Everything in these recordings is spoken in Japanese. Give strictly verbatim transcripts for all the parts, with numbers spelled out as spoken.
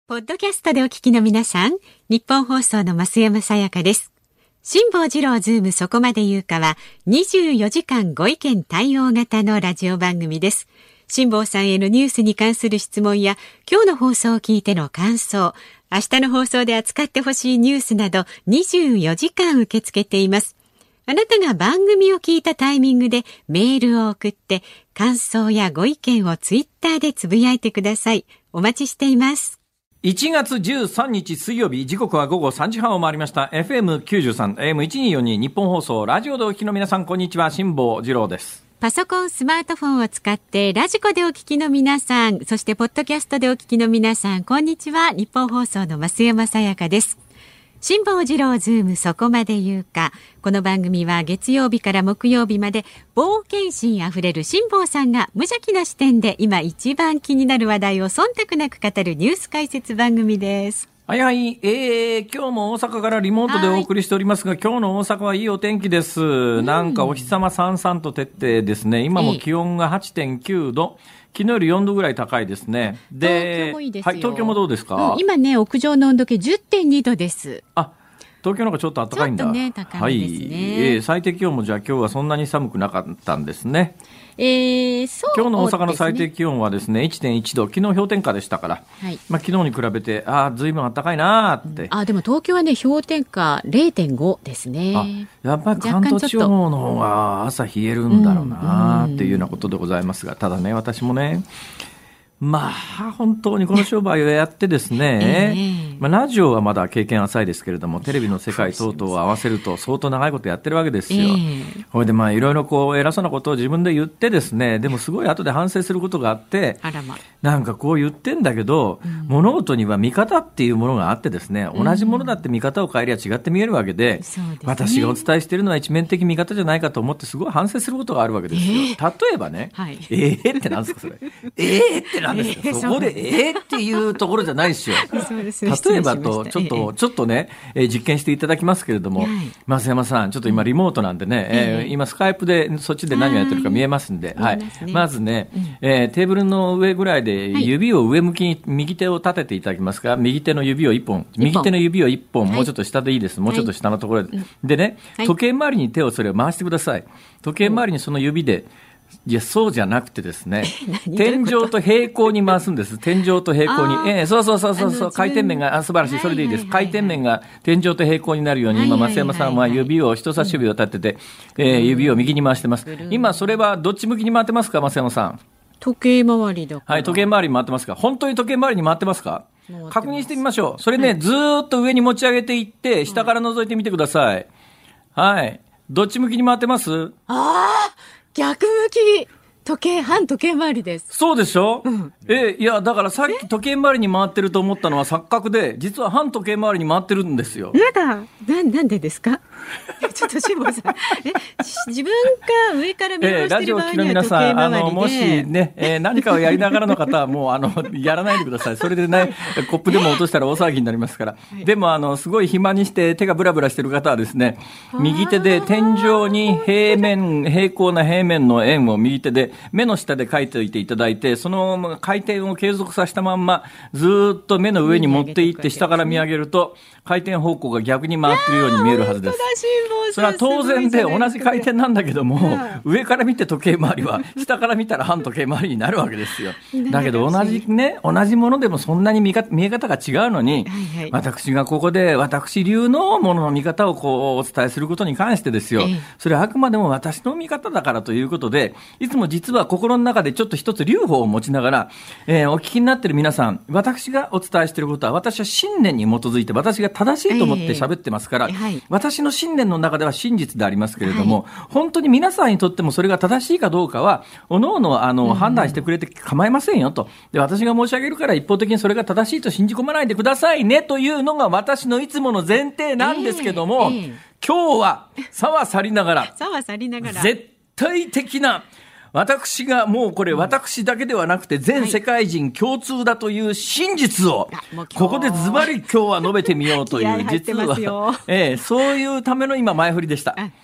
ポッドキャストでお聞きの皆さん、日本放送の増山さやかです。辛坊治郎ズームそこまで言うかはにじゅうよじかんご意見対応型のラジオ番組です。辛坊さんへのニュースに関する質問や今日の放送を聞いての感想、明日の放送で扱ってほしいニュースなどにじゅうよじかん受け付けています。あなたが番組を聞いたタイミングでメールを送って感想やご意見をツイッターでつぶやいてください。お待ちしています。 いちがつじゅうさんにち水曜日、時刻は午後さんじはんを回りました。 エフエムきゅうじゅうさん エーエムせんにひゃくよんじゅうに 日本放送ラジオでお聞きの皆さん、こんにちは。辛坊治郎です。 パソコン、スマートフォンを使ってラジコでお聞きの皆さん、そしてポッドキャストでお聞きの皆さん、こんにちは。日本放送の増山さやかです。辛坊治郎ズームそこまで言うか。この番組は月曜日から木曜日まで冒険心あふれる辛坊さんが無邪気な視点で今一番気になる話題を忖度なく語るニュース解説番組です。 はいはい、えー、今日も大阪からリモートでお送りしておりますが、今日の大阪はいいお天気です、うん、なんかお日様さんさんと照ってですね、今も気温が はちてんきゅうど、昨日よりよんどぐらい高いですね。 で、東京もいいですよ。 はい、東京もどうですか？ うん、今ね、屋上の温度計 じゅってんにどです。 あ、東京の方がちょっと暖かいんだ。 ちょっとね、高いですね。 はい、えー、最低気温もじゃあ今日はそんなに寒くなかったんですね。 えー、そう今日の大阪の最低気温はですね いってんいちど、昨日氷点下でしたから、はい、まあ、昨日に比べてあずいぶん暖かいなって、うん、 あでも東京はね氷点下 れいてんご ですね。 あやっぱり関東地方の方が朝冷えるんだろうなっていうようなことでございますが、ただね私もねまあ本当にこの商売をやってですね、えーまあ、ラジオはまだ経験浅いですけれども、テレビの世界等々を合わせると相当長いことやってるわけですよ。えー、これでまあいろいろこう偉そうなことを自分で言ってですね、でもすごい後で反省することがあって、 あらま、 なんかこう言ってんだけど、うん、物事には見方っていうものがあってですね、同じものだって見方を変えりゃ違って見えるわけで、うん、私がお伝えしているのは一面的見方じゃないかと思ってすごい反省することがあるわけですよ。えー、例えばね、はい、えーってなんですかそれえーってなんですか、えー、そこでえーっていうところじゃないですよ。 そうです、 例えばとちょっと、えー、ちょっとね、えー、実験していただきますけれども、はい、増山さんちょっと今リモートなんでね、えーえー、今スカイプでそっちで何をやってるか見えますんで、はい、まずね、うん、えー、テーブルの上ぐらいで指を上向きに右手を立てていただきますか。右手の指をいっぽん、右手の指をいっぽん、はい、もうちょっと下でいいです、もうちょっと下のところで、はい、でね、時計回りに手をそれを回してください。時計回りにその指で、いやそうじゃなくてですね、天井と平行に回すんです。天井と平行に、えー、そうそうそうそうそう、回転面があ素晴らしい、それでいいです、はいはいはいはい、回転面が天井と平行になるように、今増山さんは指を人差し指を立てて、うん、えー、指を右に回してます。今それはどっち向きに回ってますか増山さん？ 時計回りだから。 はい、時計回りに回ってますか？本当に時計回りに回ってますか？確認してみましょう。それね、はい、ずーっと上に持ち上げていって下から覗いてみてください。はい、どっち向きに回ってます？ あー、逆向き。時計、反時計回りです。 そうでしょ、うん、えいやだからさっき時計回りに回ってると思ったのは錯覚で、実は反時計回りに回ってるんですよ。 やだ、な, なんでですか？ちょっと辛坊さん、え自分が上から見下してる場合には時計回りで、えー、ラジオを聞きの皆さん、あのもしね、えー、何かをやりながらの方はもうあのやらないでください。それでねコップでも落としたら大騒ぎになりますから、はい、でもあのすごい暇にして手がブラブラしてる方はですね、右手で天井に平面平行な平面の円を右手で目の下で書いておいていただいて、その回転を継続させたまんまずっと目の上に持っていって下から見上げると回転方向が逆に回っているように見えるはずです。それは当然で同じ回転なんだけども、上から見て時計回りは下から見たら反時計回りになるわけですよ。だけど同じね、同じものでもそんなに見か見え方が違うのに、はいはい、私がここで私流のものの見方をこうお伝えすることに関してですよ、それはあくまでも私の見方だからということで、いつも実は心の中でちょっと一つ留保を持ちながら、えー、お聞きになっている皆さん、私がお伝えしていることは私は信念に基づいて私が正しいと思って喋ってますから、えーはい、私の信念の中では真実でありますけれども、はい、本当に皆さんにとってもそれが正しいかどうかはおのおのあの、うん、判断してくれて構いませんよと。で、私が申し上げるから一方的にそれが正しいと信じ込まないでくださいねというのが私のいつもの前提なんですけども、えーえー、今日はさは去りながらさは去りながら絶対的な私がもうこれ私だけではなくて全世界人共通だという真実をここでズバリ今日は述べてみようという実は、ええ、そういうための今前振りでした。はい、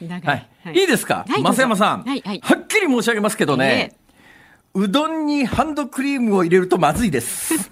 いいですか、増山さん、はいはい、はっきり申し上げますけどね、えー、うどんにハンドクリームを入れるとまずいです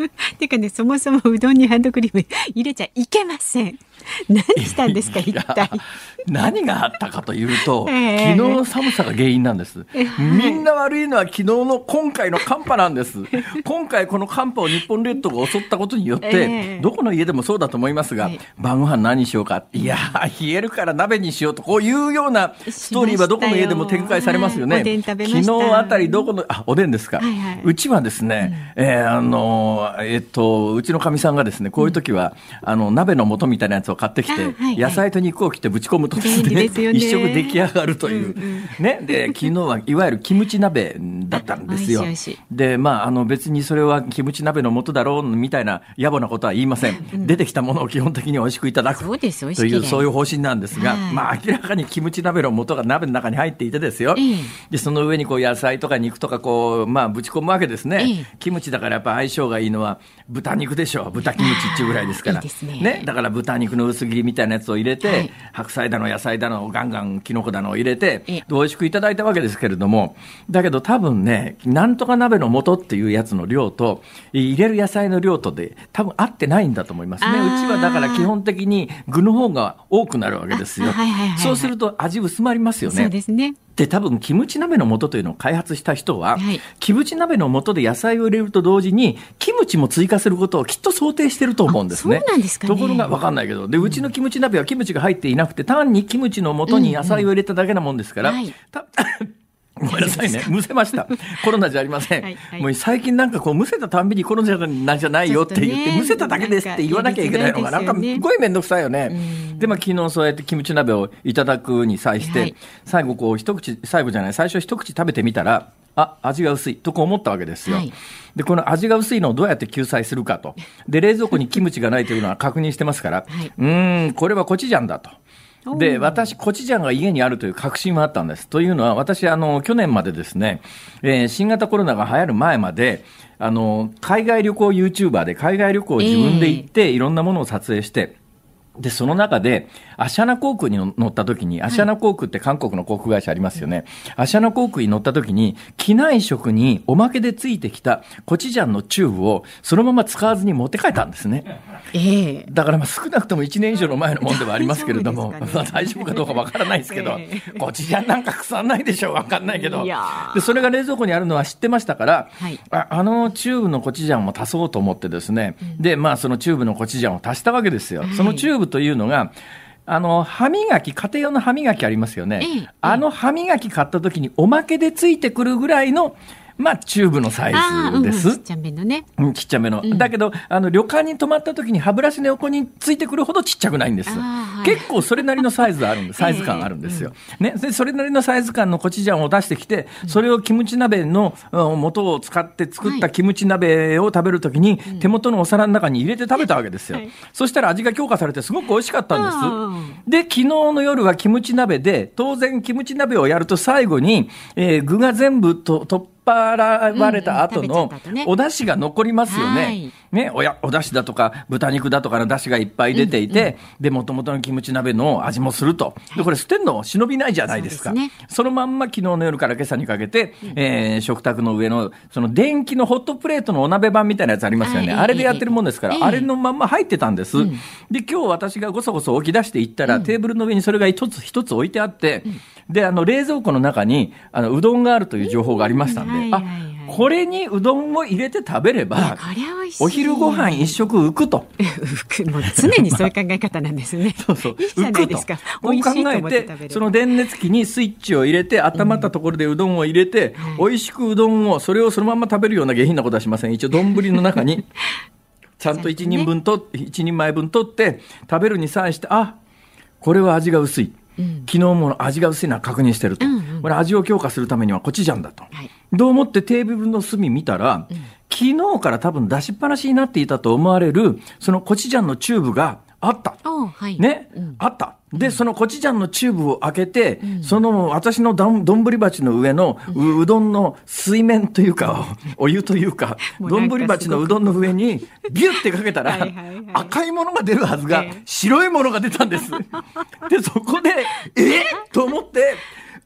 てかね、そもそもうどんにハンドクリーム入れちゃいけません。何したんですか一体。 何があったかというと、えー、昨日の寒さが原因なんです、えー、みんな悪いのは昨日の今回の寒波なんです。今回この寒波を日本列島が襲ったことによって、えー、どこの家でもそうだと思いますが、えー、晩ご飯何にしようか、いや冷えるから鍋にしようと、こういうようなストーリーはどこの家でも展開されますよね。 おでん食べました。 昨日あたりどこのあおでんですか、はいはい、うちはですね、うんえー、あのえー、っとうちのかみさんがですね、こういう時は、うん、あの鍋の素みたいなやつを買ってきて、はいはい、野菜と肉を切ってぶち込むとですね、一食出来上がるという、うんうんね、で昨日はいわゆるキムチ鍋だったんですよ。おいしいおいしい。で、まあ、あの別にそれはキムチ鍋の素だろうみたいな野暮なことは言いません、うん、出てきたものを基本的に美味しくいただくという、そういう方針なんですが、まあ、明らかにキムチ鍋の素が鍋の中に入っていてですよ、でその上にこう野菜とか肉とかこう、まあ、ぶち込むわけですね。キムチだからやっぱ相性がいいのは豚肉でしょう。豚キムチっていうぐらいですから、いいですね。ね、だから豚肉の薄切りみたいなやつを入れて、はい、白菜だの野菜だのガンガンキノコだのを入れて美味しくいただいたわけですけれども、だけど多分ね、なんとか鍋の素っていうやつの量と入れる野菜の量とで多分合ってないんだと思いますね。うちはだから基本的に具の方が多くなるわけですよ、はいはいはいはい、そうすると味薄まりますよね。 そうですね。 で多分キムチ鍋の素というのを開発した人は、はい、キムチ鍋の素で野菜を入れると同時にキムチも追加することをきっと想定してると思うんですね。 そうなんですかね。 ところが分かんないけど、でうちのキムチ鍋はキムチが入っていなくて単にキムチの素に野菜を入れただけなもんですから、うんうんはい、たごめんなさいね、むせました。コロナじゃありません、はいはい、もう最近なんかこうむせたたんびにコロナじゃないよって言って、ね、むせただけですって言わなきゃいけないのがなんかすごいめんどくさいよね。で、まあ、昨日そうやってキムチ鍋をいただくに際して、はい、最後こう一口最後じゃない最初一口食べてみたら、あ、味が薄いとこう思ったわけですよ、はい、でこの味が薄いのをどうやって救済するかと。で冷蔵庫にキムチがないというのは確認してますから、はい、うーんこれはコチュジャンだと。で私コチュジャンが家にあるという確信はあったんです。というのは私あの去年までですね、えー、新型コロナが流行る前まであの海外旅行 YouTuber で海外旅行を自分で行って、えー、いろんなものを撮影して、でその中でアシャナ航空に乗った時に、アシャナ航空って韓国の航空会社ありますよね、はい、アシャナ航空に乗った時に機内食におまけでついてきたコチュジャンのチューブをそのまま使わずに持って帰ったんですね、えー、だからまあ少なくともいちねん以上の前のもんではありますけれども、大丈夫ですかね、まあ、大丈夫かどうかわからないですけど、えー、コチュジャンなんか腐んないでしょう、わかんないけど。いやでそれが冷蔵庫にあるのは知ってましたから、はい、あ, あのチューブのコチュジャンも足そうと思ってですね、うん、でまあそのチューブのコチュジャンを足したわけですよ、はい、そのチューブというのがあの歯磨き、家庭用の歯磨きありますよね、ええ、あの歯磨き買った時におまけでついてくるぐらいのまあ、チューブのサイズです、うん、ちっちゃめのね、うん、ちっちゃめの、うん、だけどあの旅館に泊まった時に歯ブラシの横についてくるほどちっちゃくないんです、はい、結構それなりのサイズあるんですサイズ感あるんですよ、えーうんね、でそれなりのサイズ感のコチュジャンを出してきて、それをキムチ鍋の素を使って作ったキムチ鍋を食べる時に、はい、手元のお皿の中に入れて食べたわけですよ、はい、そしたら味が強化されてすごく美味しかったんです。で昨日の夜はキムチ鍋で、当然キムチ鍋をやると最後に、えー、具が全部とと払われた後のお出汁が残りますよね、うんね、おやお出汁だとか豚肉だとかの出汁がいっぱい出ていて、うんうん、で元々のキムチ鍋の味もすると。でこれ捨てんの忍びないじゃないですか。 そ, です、ね、そのまんま昨日の夜から今朝にかけて、うんえー、食卓の上のその電気のホットプレートのお鍋版みたいなやつありますよね、あれでやってるもんですから、あれのまんま入ってたんです、うん、で今日私がごそごそ起き出していったら、うん、テーブルの上にそれが一つ一つ置いてあって、うん、であの冷蔵庫の中にあのうどんがあるという情報がありましたんで、うんはいはいはい、あこれにうどんを入れて食べればお昼ご飯一食浮くと浮くもう常にそういう考え方なんですねそうそういいじゃないですか。浮くとこう考えてその電熱器にスイッチを入れて温まったところでうどんを入れて、うん、美味しくうどんをそれをそのまま食べるような下品なことはしません。一応丼の中にちゃんと一人分と一人前分取って食べるに際して、あこれは味が薄い、うん、昨日も味が薄いのは確認してると、うんうん、これ味を強化するためにはコチュジャンだと、はい、どう思ってテーブルの隅見たら、うん、昨日から多分出しっぱなしになっていたと思われるそのコチュジャンのチューブがあった、はいねうん、あったでそのコチュジャンのチューブを開けて、うん、その私のどんぶり鉢の上の う, うどんの水面というかお湯というかどんぶり鉢のうどんの上にビュッてかけたらはいはい、はい、赤いものが出るはずが、えー、白いものが出たんですでそこでえー、と思って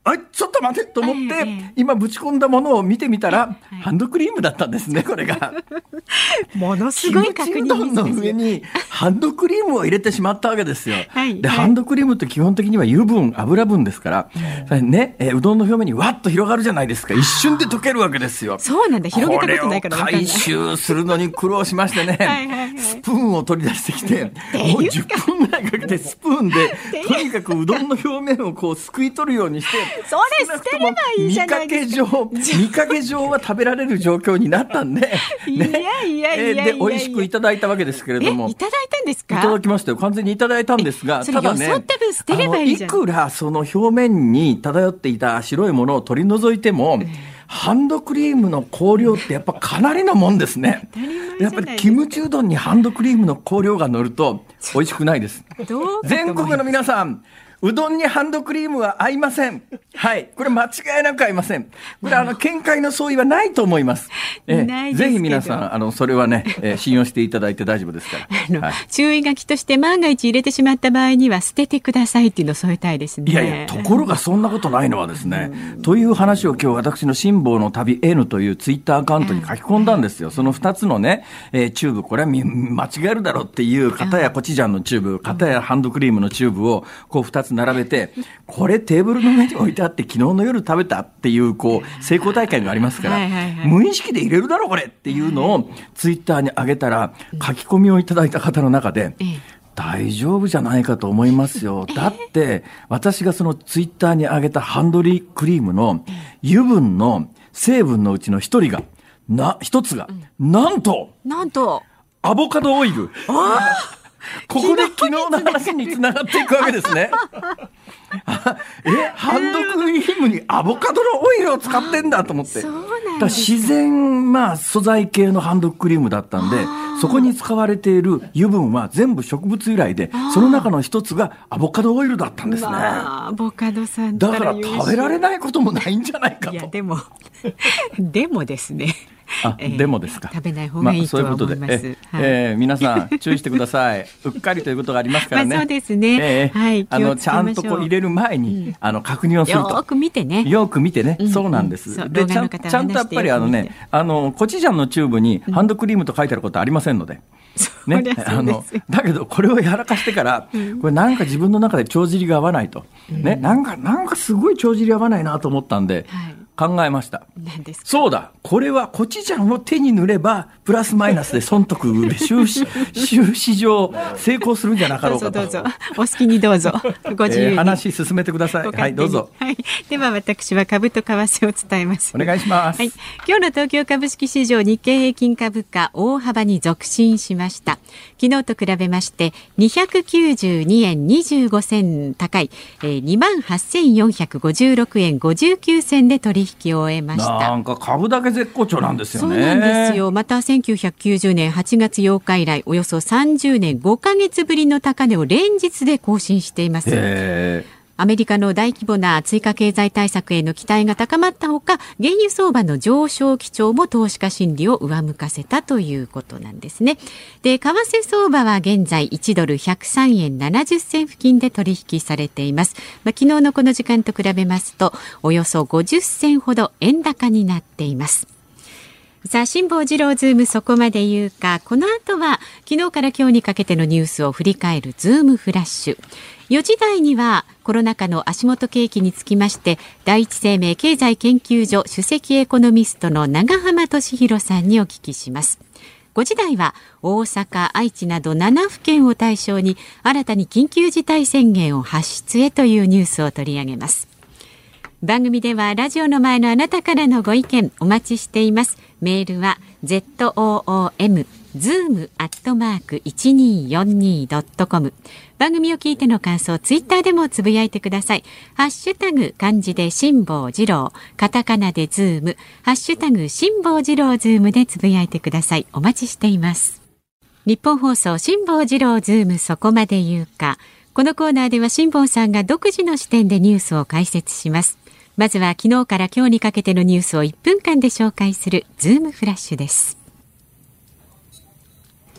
あちょっと待てと思って、はいはい、今ぶち込んだものを見てみたら、はいはい、ハンドクリームだったんですね、これが。 ものすごい確認です。キムチうどんの上にハンドクリームを入れてしまったわけですよ。はい、で、 はい、 ハンドクリームって基本的には油分、油分ですから、うん、ね、えー、うどんの表面にわっと広がるじゃないですか。一瞬で溶けるわけですよ。 そうなんだ、広げたことないから分かんない。 これを回収するのに苦労しましてね、はいはいはい、スプーンを取り出してきて、もうじゅっぷんぐらいかけてスプーンで、とにかくうどんの表面をこうすくい取るようにして、 それ捨てればいいじゃないですか。 見かけ上、見かけ上は食べられる状況になったんで、ね、 いやいやいやいやいや、 で、美味しくいただいたわけですけれども。 いただいたんですか？ いただきましたよ。完全にいただいたんですが、 ただね、よそった分捨てればいいじゃん。 いくらその表面に漂っていた白いものを取り除いても、ハンドクリームの香料ってやっぱかなりのもんですね。やっぱりキムチうどんにハンドクリームの香料が乗ると美味しくないです。全国の皆さん、うどんにハンドクリームは合いません。はい。これ間違いなく合いません。これあの、見解の相違はないと思います。えー、ぜひ皆さん、あの、それはね、えー、信用していただいて大丈夫ですから。 あの、 はい、 注意書きとして万が一入れてしまった場合には捨ててくださいっていうのを添えたいですね。 いやいや、ところがそんなことないのはですね、という話を今日私の辛抱の旅 N というツイッターアカウントに書き込んだんですよ。そのふたつのね、えー、チューブ、これは間違えるだろうっていう、片やコチュジャンのチューブ、片やハンドクリームのチューブをこうふたつ並べて、これテーブルの上に置いてあって昨日の夜食べたっていうこう成功大会がありますから、はいはいはい、無意識で入れるだろうこれっていうのをツイッターに上げたら、書き込みをいただいた方の中で、大丈夫じゃないかと思いますよ。だって私がそのツイッターに上げたハンドリークリームの油分の成分のうちの一人がな一つが、なんとなんとアボカドオイル。あここで昨日の話につながっていくわけですね。え、ハンドクリームにアボカドのオイルを使ってんだと思って。 そうなんですか。 だ自然、まあ、素材系のハンドクリームだったんで、そこに使われている油分は全部植物由来で、その中の一つがアボカドオイルだったんですね。 まあ、アボカドさんだから食べられないこともないんじゃないかと。 いや、でも、でもですね。 あ、えー、でもですか。 食べない方がいいとは思います。まあ、そういうことで、 え、はい、えー、皆さん注意してください。うっかりということがありますからね。 まあ、そうですね。 えー、はい。あのちゃんとこう入れる前に、うん、あの確認をすると。 よく見てね。 よく見てね。うん、そうなんです。うん、でちゃんちゃんとやっぱりあのね、あのコチュジャンのチューブにハンドクリームと書いてあることありませんので。 うん、ね、 あのだけどこれをやらかしてから、うん、これなんか自分の中で帳尻が合わないと、うん、ね、なんかなんかすごい帳尻合わないなと思ったんで。はい、考えました。 何ですか？ そうだ、これはコチュジャンを手に塗ればプラスマイナスで損得で収支収支上成功するんじゃなかろうかと。 どうぞどうぞ、お好きにどうぞ、ご自由に、 えー、話進めてください。はい、どうぞ。 はい、では私は株と為替を伝えます。 お願いします。 はい、今日の東京株式市場、日経平均株価大幅に続伸しました。昨日と比べましてにひゃくきゅうじゅうにえんにじゅうごせん高い、えー、にまんはっせんよんひゃくごじゅうろくえんごじゅうきゅうせんで取引を終えました。 なんか株だけ絶好調なんですよね。 そうなんですよ。またせんきゅうひゃくきゅうじゅうねんはちがつようか以来およそさんじゅうねんごかげつぶりの高値を連日で更新しています。 へー。 アメリカの大規模な追加経済対策への期待が高まったほか、原油相場の上昇基調も投資家心理を上向かせたということなんですね。で、為替相場は現在いちドルひゃくさんえんななじゅっせん付近で取引されています。まあ、昨日のこの時間と比べますとおよそごじゅっせんほど円高になっています。さあ、辛坊治郎ズームそこまで言うか。この後は昨日から今日にかけてのニュースを振り返るズームフラッシュ。よじ台にはコロナ禍の足元景気につきまして第一生命経済研究所首席エコノミストの長浜俊弘さんにお聞きします。ごじ台は大阪、愛知などななふけんを対象に新たに緊急事態宣言を発出へというニュースを取り上げます。番組ではラジオの前のあなたからのご意見お待ちしています。メールは ズーム ズーム アットマーク いちにーよんにー ドットコム。 番組を聞いての感想、ツイッターでもつぶやいてください。ハッシュタグ漢字で辛坊治郎、カタカナでズーム、ハッシュタグ辛坊治郎ズームでつぶやいてください。お待ちしています。日本放送辛坊治郎ズームそこまで言うか。このコーナーでは辛坊さんが独自の視点でニュースを解説します。まずは昨日から今日にかけてのニュースをいっぷんかんで紹介するズームフラッシュです。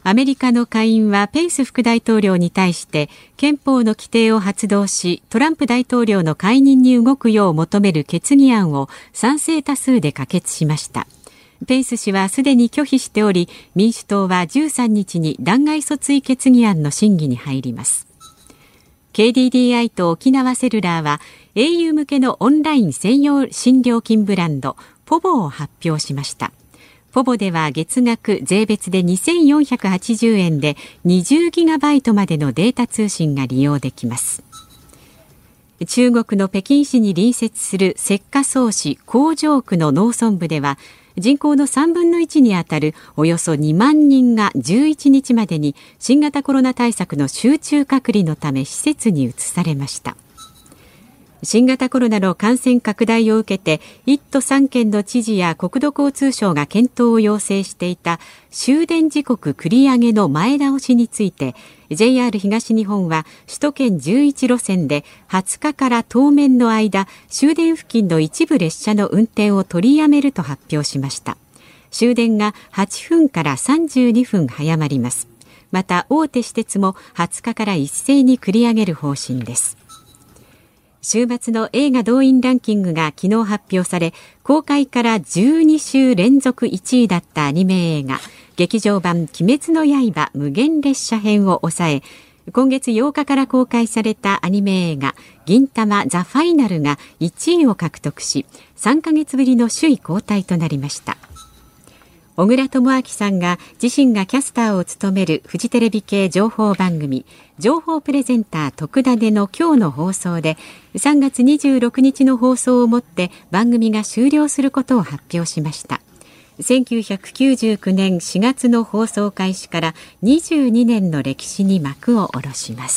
アメリカの下院はペンス副大統領に対して憲法の規定を発動し、トランプ大統領の解任に動くよう求める決議案を賛成多数で可決しました。ペンス氏はすでに拒否しており、民主党はじゅうさんにちに弾劾訴追決議案の審議に入ります。ケーディーディーアイ と沖縄セルラーは エーユー 向けのオンライン専用新料金ブランドポボを発表しました。ポボでは月額税別でにせんよんひゃくはちじゅうえんでにじゅうギガバイトまでのデータ通信が利用できます。中国の北京市に隣接する浙江省市江上区の農村部では、人口のさんぶんのいちにあたるおよそにまんにんがじゅういちにちまでに新型コロナ対策の集中隔離のため施設に移されました。新型コロナの感染拡大を受けていっ都さんけんの知事や国土交通省が検討を要請していた終電時刻繰り上げの前倒しについて、 ジェイアール 東日本は首都圏じゅういちろせんではつかから当面の間、終電付近の一部列車の運転を取りやめると発表しました。終電がはっぷんからさんじゅうにふん早まります。また大手私鉄もはつかから一斉に繰り上げる方針です。週末の映画動員ランキングが昨日発表され、公開からじゅうにしゅう連続いちいだったアニメ映画劇場版鬼滅の刃無限列車編を抑え、今月ようかから公開されたアニメ映画銀魂ザ・ファイナルがいちいを獲得し、さんかげつぶりの首位交代となりました。小倉智昭さんが自身がキャスターを務めるフジテレビ系情報番組情報プレゼンター特ダネの今日の放送で、さんがつにじゅうろくにちの放送をもって番組が終了することを発表しました。せんきゅうひゃくきゅうじゅうきゅうねんしがつの放送開始からにじゅうにねんの歴史に幕を下ろします。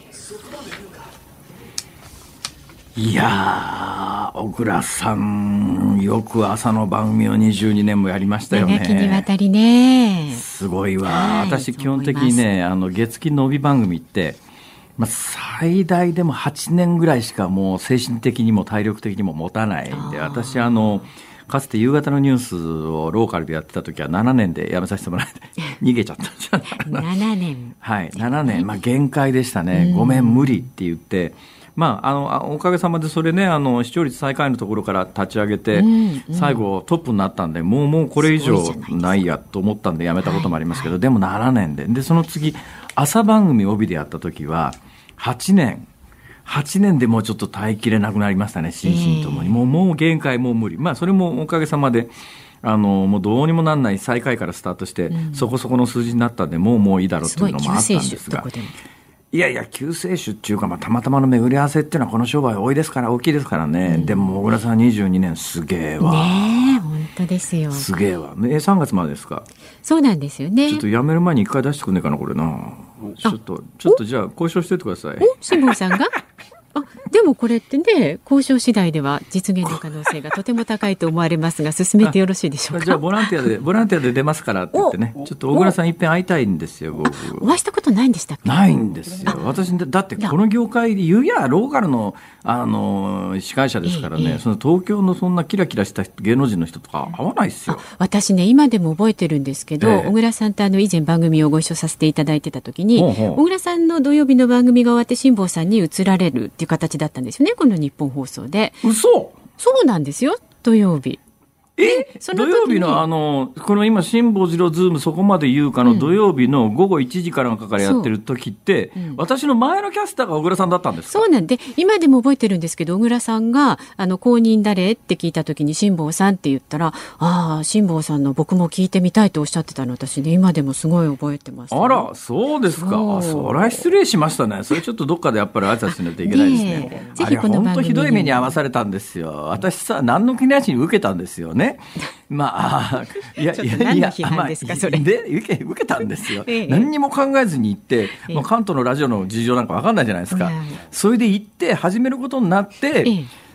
いやー、小倉さんよく朝の番組をにじゅうにねんもやりましたよね。 長きにわたりね。 すごいわ、 はい、 私基本的にね、あの月金の帯番組って、まあ、最大でもはちねんぐらいしかもう精神的にも体力的にも持たないんで、私あのかつて夕方のニュースをローカルでやってた時はななねんで辞めさせてもらって逃げちゃったんじゃないかな。 ななねんはいななねん、まあ、限界でしたね。ごめん無理って言って、まあ、あのおかげさまでそれね、あの視聴率最下位のところから立ち上げて、うんうん、最後トップになったんで、もうもうこれ以上ないやと思ったんでやめたこともありますけど、はいはい、でもななねんで、でその次朝番組帯でやった時ははちねんはちねんでもうちょっと耐えきれなくなりましたね、心身ともに、えー、もうもう限界、もう無理。まあそれもおかげさまであのもうどうにもなんない最下位からスタートして、うん、そこそこの数字になったんで、もうもういいだろうっていうのもあったんですが、いやいや救世主っていうか、まあ、たまたまの巡り合わせっていうのはこの商売多いですから、大きいですからね、うん、でも小倉さんにじゅうにねんすげえわねえ、本当ですよ、 すげえわ。えさんがつまでですか。 そうなんですよね。 ちょっと辞める前に一回出してくんねえかなこれな。ちょっとちょっとじゃあ交渉しておいてください。 お辛坊さんがあでもこれってね、交渉次第では実現の可能性がとても高いと思われますが、進めてよろしいでしょうか。 じゃあボランティアでボランティアで出ますからって言ってね、ちょっと小倉さんいっぺん会いたいんですよ。僕お会いしたことないんでしたっけ。 ないんですよ。私だってこの業界で言うやローカルのあの司会者ですからね、ええ、その東京のそんなキラキラした芸能人の人とか会わないですよ。 私ね、今でも覚えてるんですけど、ええ、小倉さんとあの以前番組をご一緒させていただいてた時に、ほうほう、小倉さんの土曜日の番組が終わって辛坊さんに移られるっていう形だったんですよね、この日本放送で。 嘘。 そうなんですよ、土曜日。 え土曜日のあのこの今辛坊治郎ズームそこまで言うかの土曜日の午後いちじからからやってる時って、うん、私の前のキャスターが小倉さんだったんですか。 そうなんで、今でも覚えてるんですけど、小倉さんがあの後任誰って聞いた時に辛坊さんって言ったら、ああ辛坊さんの僕も聞いてみたいとおっしゃってたの、私ね今でもすごい覚えてます、ね、 あらそうですか。そ, あそりゃ失礼しましたね。それちょっとどっかでやっぱり挨拶しないといけないですね。ねぜひこの番組に。あれ本当ひどい目に遭わされたんですよ。私さ何の気なしに受けたんですよね。まああいやいやいや、まあ、で受け受けたんですよ、ええ、何にも考えずに行って、ええ、まあ、関東のラジオの事情なんか分かんないじゃないですか、ええ、それで行って始めることになって、ええ、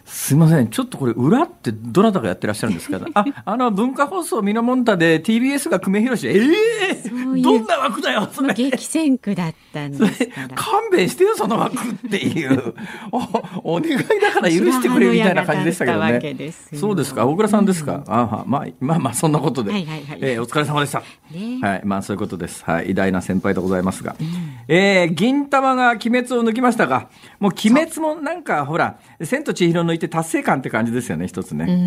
すいません、ちょっとこれ裏ってどなたがやってらっしゃるんですか。あ、あの文化放送ミノモンタで ティービーエス が久米宏、ええー、どんな枠だよそれ。 激戦区だったんですから。 勘弁してよその枠っていうお, お願いだから許してくれみたいな感じでしたけどね。そうですか、大倉さんですか。うん、あ、まあ、まあまあそんなことで、はいはいはい、えー、お疲れ様でした、ね、はい、まあそういうことです。はい、偉大な先輩でございますが、うん、えー、銀玉が鬼滅を抜きましたが、もう鬼滅もなんかほら千と千尋抜いて達成感って感じですよね、一つね。うんうん、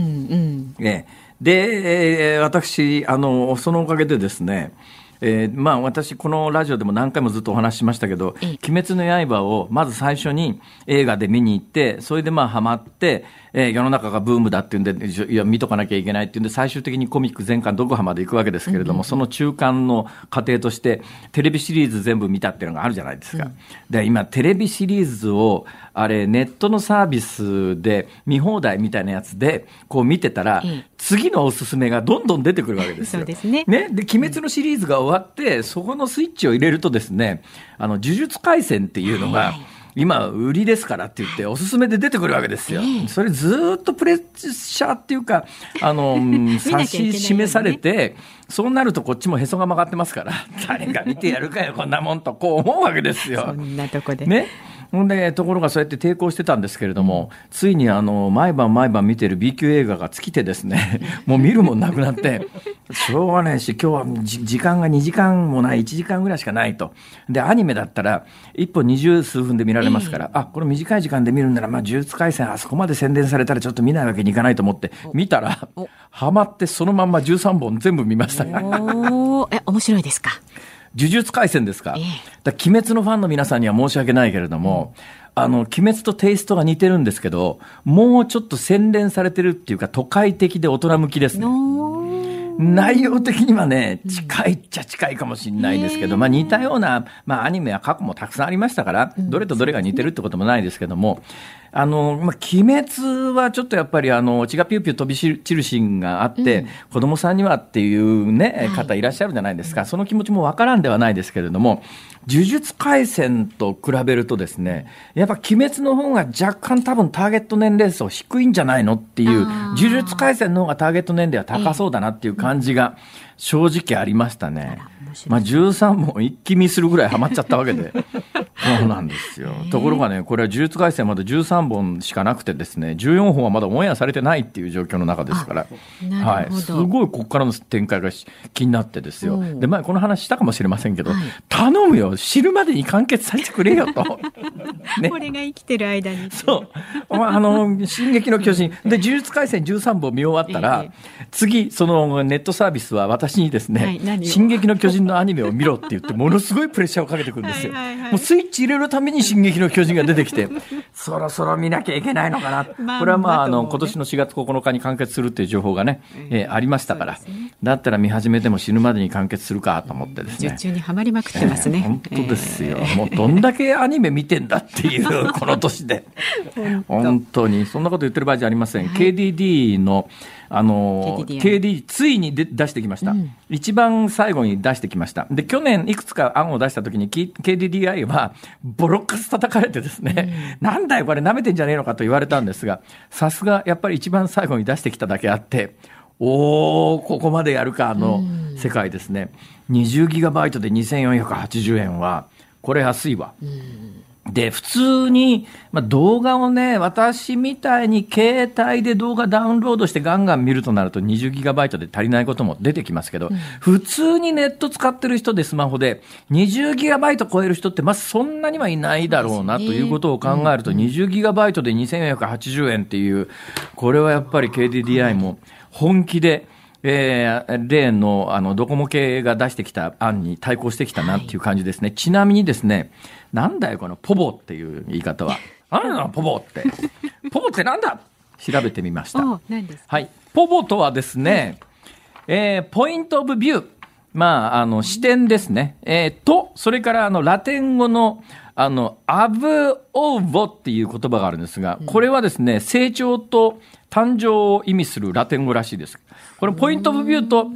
えー、で、えー、私あのそのおかげでですね、えーまあ、私このラジオでも何回もずっとお話ししましたけど、鬼滅の刃をまず最初に映画で見に行って、それでまあハマって、えー、世の中がブームだっていうんで、いや見とかなきゃいけないっていうんで、最終的にコミック全巻読破まで行くわけですけれども、うんうん、その中間の過程としてテレビシリーズ全部見たっていうのがあるじゃないですか、うん、で今テレビシリーズをあれネットのサービスで見放題みたいなやつでこう見てたら、うん、次のおすすめがどんどん出てくるわけですよ。 そうですね。 ね、で鬼滅のシリーズが終わって、そこのスイッチを入れるとですね、あの呪術廻戦っていうのが、はいはい、今売りですからって言っておすすめで出てくるわけですよ。それずっとプレッシャーっていうかあの指し示されて、そうなるとこっちもへそが曲がってますから、誰が見てやるかよこんなもんとこう思うわけですよ。 そんなとこでね。ほんでところがそうやって抵抗してたんですけれども、ついにあの毎晩毎晩見てる B 級映画が尽きてですね、もう見るもんなくなってしょうがないし、今日は時間がにじかんもないいちじかんぐらいしかないと。でアニメだったらいっぽんにじゅうすうふんで見られますから、えー、あこれ短い時間で見るんなら、まあ、呪術廻戦あそこまで宣伝されたらちょっと見ないわけにいかないと思って見たらハマってそのまんまじゅうさんぼん全部見ました。 おえ面白いですか。 呪術廻戦ですか。えー、だ鬼滅のファンの皆さんには申し訳ないけれども、うん、あの鬼滅とテイストが似てるんですけど、もうちょっと洗練されてるっていうか都会的で大人向きですね。内容的にはね近いっちゃ近いかもしれないですけど、まあ、似たような、まあ、アニメは過去もたくさんありましたから、どれとどれが似てるってこともないですけども、あの、まあ、鬼滅はちょっとやっぱりあの血がピューピュー飛び散るシーンがあって、うん、子供さんにはっていうね方いらっしゃるじゃないですか、はい、その気持ちもわからんではないですけれども、呪術廻戦と比べるとですね、やっぱ鬼滅の方が若干多分ターゲット年齢層低いんじゃないのっていう、呪術廻戦の方がターゲット年齢は高そうだなっていう感じが正直ありましたね。まあ、じゅうさんぼん一気見するぐらいハマっちゃったわけでそうなんですよ。ところがね、これは呪術廻戦まだじゅうさんぼんしかなくてですね、じゅうよんほんはまだオンエアされてないっていう状況の中ですから、はい、すごいここからの展開が気になってですよ。で、前この話したかもしれませんけど、はい、頼むよ知るまでに完結させてくれよとね、俺が生きてる間にそうあの進撃の巨人で呪術廻戦じゅうさんぼん見終わったら、えー、次そのネットサービスは私にですね、はい、進撃の巨人のアニメを見ろって言ってものすごいプレッシャーをかけてくるんですよ。はいはいはい、もうスイッチ入れるために進撃の巨人が出てきてそろそろ見なきゃいけないのかな、まあ、これはまあ、あの今年のしがつここのかに完結するっていう情報がね、えー、ありましたから、ね、だったら見始めても死ぬまでに完結するかと思ってですね、 術中にはまりまくってますね、 えー、本当ですよ、えー、もうどんだけアニメ見てんだっていうこの年で本当にそんなこと言ってる場合じゃありません、はい、ケーディーディー のあの ケーディーディー ついにで出してきました、うん、一番最後に出してきました。で去年いくつか案を出した時に ケーディーディーアイ はボロッカス叩かれてですね、うん、なんだよこれ舐めてんじゃねえのかと言われたんですが、さすがやっぱり一番最後に出してきただけあって、おーここまでやるかの世界ですね、うん、にじゅうギガバイトでにせんよんひゃくはちじゅうえんはこれ安いわ、うんで普通に、まあ、動画をね私みたいに携帯で動画ダウンロードしてガンガン見るとなると にじゅうギガバイト で足りないことも出てきますけど、うん、普通にネット使ってる人でスマホで にじゅうギガバイト 超える人ってまあそんなにはいないだろうなということを考えると、うん、にじゅうギガバイト でにせんよんひゃくはちじゅうえんっていうこれはやっぱり ケーディーディーアイ も本気でえー、例のあのドコモ系が出してきた案に対抗してきたなっていう感じですね、はい、ちなみにですね、なんだよこのポボっていう言い方は何だポボってポボってなんだ調べてみました。 何ですか。 はい、ポボとはですね、えー、ポイントオブビュー、まああの視点ですね、えー、とそれからあのラテン語のあのアブオウボっていう言葉があるんですが、これはですね成長と誕生を意味するラテン語らしいです。これポイントオブビューと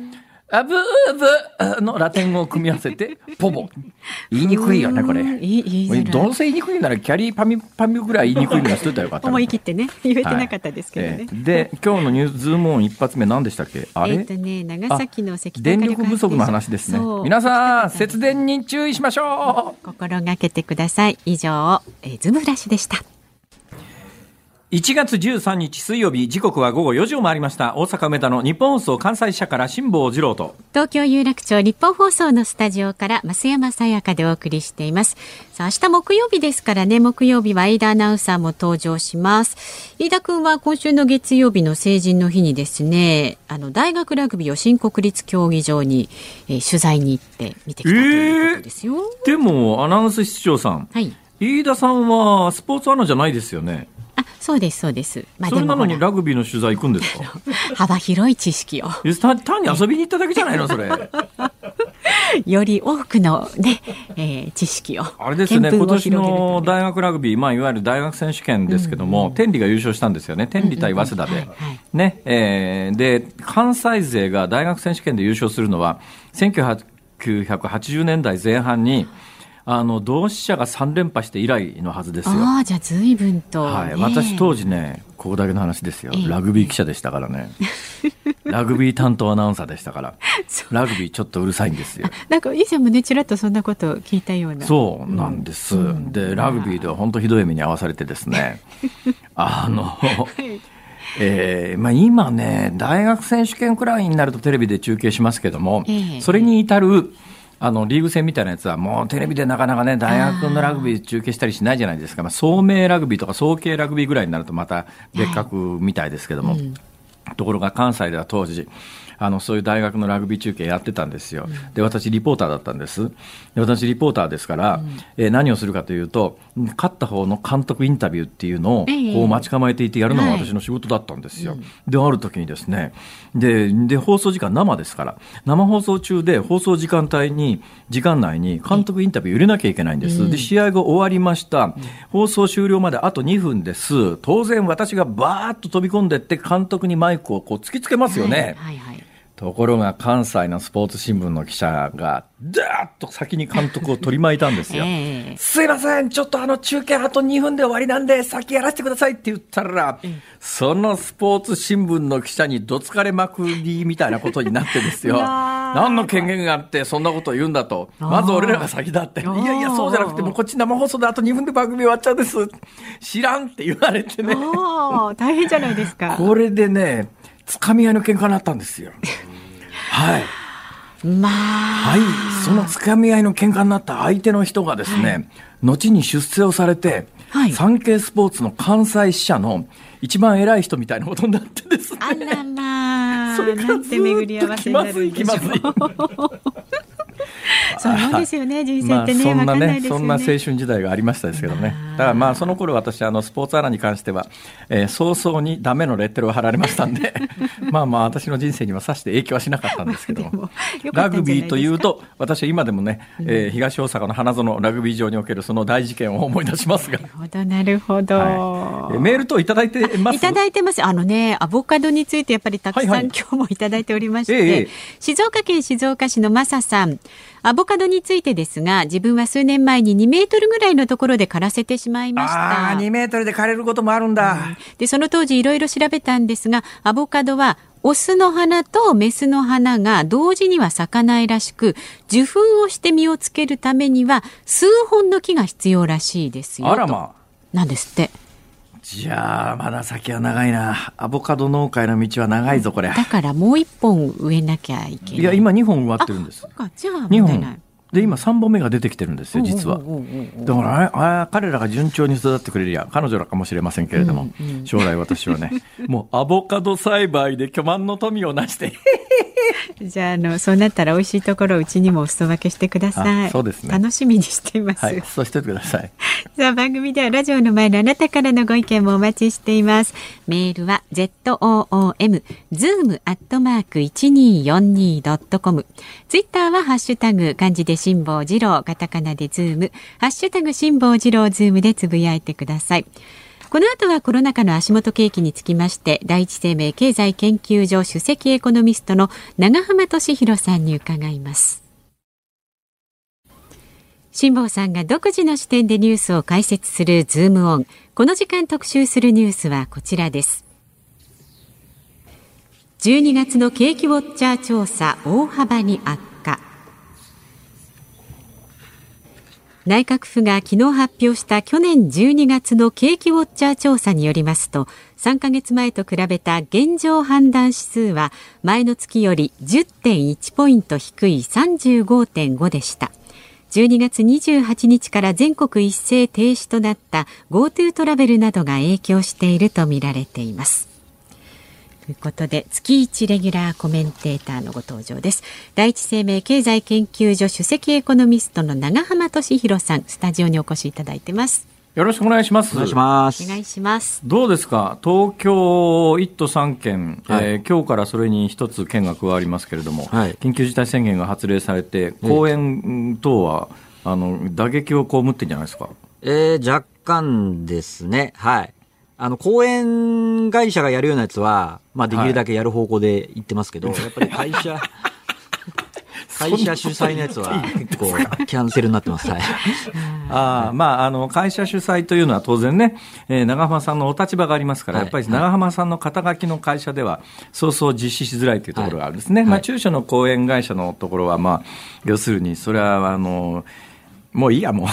アブーブのラテン語を組み合わせてポボ。言いにくいよねこれ。 いいいいどうせ言いにくいならキャリーパミパミぐらい言いにくいのがしといたらよかった。 思い切ってね言えてなかったですけどね、 はいえー、で今日のニュースズームオン一発目何でしたっけ。あれ、 えーとね、長崎の石炭電力不足の話ですね。皆さん節電に注意しましょう。 心がけてください。以上、えー、ズムフラッシュでした。 いちがつじゅうさんにち水曜日、時刻は午後よじを回りました。大阪梅田の日本放送関西支社から辛坊治郎と東京有楽町日本放送のスタジオから増山さやかでお送りしています。さあ明日木曜日ですからね、木曜日は飯田アナウンサーも登場します。飯田くんは今週の月曜日の成人の日にですね、あの大学ラグビーを新国立競技場に、えー、取材に行って見てきたということですよ、 えー、でもアナウンス室長さん、はい、飯田さんはスポーツアナじゃないですよね。 あ、そうですそうです、 まあ、それなのにラグビーの取材行くんですか。 幅広い知識を単に遊びに行っただけじゃないのそれ。 より多くの、ねえー、知識をあれですね、今年の大学ラグビー、まあ、いわゆる大学選手権ですけども、うんうん、天理が優勝したんですよね。天理対早稲田で、ねえー、で関西勢が大学選手権で優勝するのはせんきゅうひゃくはちじゅうねんだいぜん半にあの同志社がさん連覇して以来のはずですよ。 ああ、じゃあ随分と、ね、 はい、私当時ね、ここだけの話ですよ、ラグビー記者でしたからね。ラグビー担当アナウンサーでしたからラグビーちょっとうるさいんですよ。 なんか以前もねちらっとそんなこと聞いたような。 そうなんです、うん、でラグビーでは本当ひどい目に遭わされてですねあの、はいえーまあ、今ね大学選手権くらいになるとテレビで中継しますけども、えー、それに至るあのリーグ戦みたいなやつはもうテレビでなかなかね大学のラグビー中継したりしないじゃないですか。まあ、総明ラグビーとか総計ラグビーぐらいになるとまた別格みたいですけども、はいうん、ところが関西では当時あのそういう大学のラグビー中継やってたんですよ。で私リポーターだったんです。で私リポーターですから、うんえー、何をするかというと勝った方の監督インタビューっていうのをこう待ち構えていてやるのが私の仕事だったんですよ、はい、である時にですね で, で放送時間生ですから生放送中で放送時間帯に時間内に監督インタビュー入れなきゃいけないんです。で試合が終わりました。放送終了まであとにふんです。当然私がバーッと飛び込んでって監督にマイクをこう突きつけますよね、はいはいはいところが関西のスポーツ新聞の記者がダーッと先に監督を取り巻いたんですよ、えー、すいませんちょっとあの中継あとにふんで終わりなんで先やらせてくださいって言ったら、うん、そのスポーツ新聞の記者にどつかれまくりみたいなことになってですよ何の権限があってそんなことを言うんだと。まず俺らが先だって。いやいやそうじゃなくてもうこっち生放送であとにふんで番組終わっちゃうんです。知らんって言われてね大変じゃないですか。 これでねつかみ合いの喧嘩になったんですよはい、 まあ、 はい、そのつかみ合いの喧嘩になった相手の人がですね、はい、後に出世をされて、はい、サンケイスポーツの関西支社の一番偉い人みたいなことになってですね。 あらまあ、それからずっと気まずい気まずいそうですよね、人生ってね、 まあ、そんなね、 分かんないですよね。 そんな青春時代がありましたですけどね。だからまあその頃私あのスポーツアナに関しては、えー、早々にダメのレッテルを貼られましたんでまあまあ私の人生にはさして影響はしなかったんですけどもラグビーというと私は今でもね、えー、東大阪の花園ラグビー場におけるその大事件を思い出しますが。 なるほどなるほど、 はい、メール等いただいてます。 いただいてます。あのねアボカドについてやっぱりたくさん、はいはい、今日もいただいておりまして、ええ、静岡県静岡市のマサさん、アボカドについてですが、自分は数年前ににメートルぐらいのところで枯らせてしまいました。 あー、にメートルで枯れることもあるんだ、うん、 でその当時いろいろ調べたんですが、アボカドはオスの花とメスの花が同時には咲かないらしく、受粉をして実をつけるためには数本の木が必要らしいですよ。 あらまあ、 なんですって。 じゃあまだ先は長いな。アボカド農家の道は長いぞこれ。 だからもういっぽん植えなきゃいけない。 いや今にほん植わってるんです。 あ、そうか、じゃあ問題ない。 で今さんぼんめが出てきてるんですよ実は。だからああ彼らが順調に育ってくれるや彼女らかもしれませんけれども、うんうん、将来私はねもうアボカド栽培で巨万の富を成してじゃあ、 あのそうなったら美味しいところをうちにもお裾分けしてください。 そうですね、 楽しみにしています。 はい、そうしておいてください。 さあ番組ではラジオの前のあなたからのご意見もお待ちしています。メールは ズーム ズーム アットマーク いちにーよんにー ドットコム、 ツイッターはハッシュタグ漢字で辛坊治郎、カタカナでズーム、ハッシュタグ辛坊治郎ズームでつぶやいてください。 この後はコロナ禍の足元景気につきまして、第一生命経済研究所首席エコノミストの長浜俊弘さんに伺います。辛坊さんが独自の視点でニュースを解説するズームオン。この時間特集するニュースはこちらです。じゅうにがつの景気ウォッチャー調査、大幅に悪化。内閣府が昨日発表した去年じゅうにがつの景気ウォッチャー調査によりますと、さんかげつまえと比べた現状判断指数は前の月より じゅってんいち ポイント低い さんじゅうごてんご でした。じゅうにがつにじゅうはちにちから全国一斉停止となった GoTo トラベルなどが影響しているとみられています。ということで、月一レギュラーコメンテーターのご登場です。第一生命経済研究所首席エコノミストの長浜俊弘さん、スタジオにお越しいただいてます。 よろしくお願いします。 お願いします。 お願いします。 どうですか、東京いっ都さんけん、はい、えー、今日からそれに一つ県が加わりますけれども、はい、緊急事態宣言が発令されて、公園等は、えー、あの打撃を被ってんじゃないですか。 えー、若干ですね。はい。あの、公園会社がやるようなやつは、まあ、できるだけやる方向で言ってますけど、はい、やっぱり会社、会社主催のやつは結構キャンセルになってます。はい。 あ、まあ、あの会社主催というのは当然ね、えー、長浜さんのお立場がありますから、はい、やっぱり長浜さんの肩書きの会社ではそうそう実施しづらいというところがあるんですね。はい、まあ、中小の公園会社のところは、まあ、要するにそれはあのもういいやもう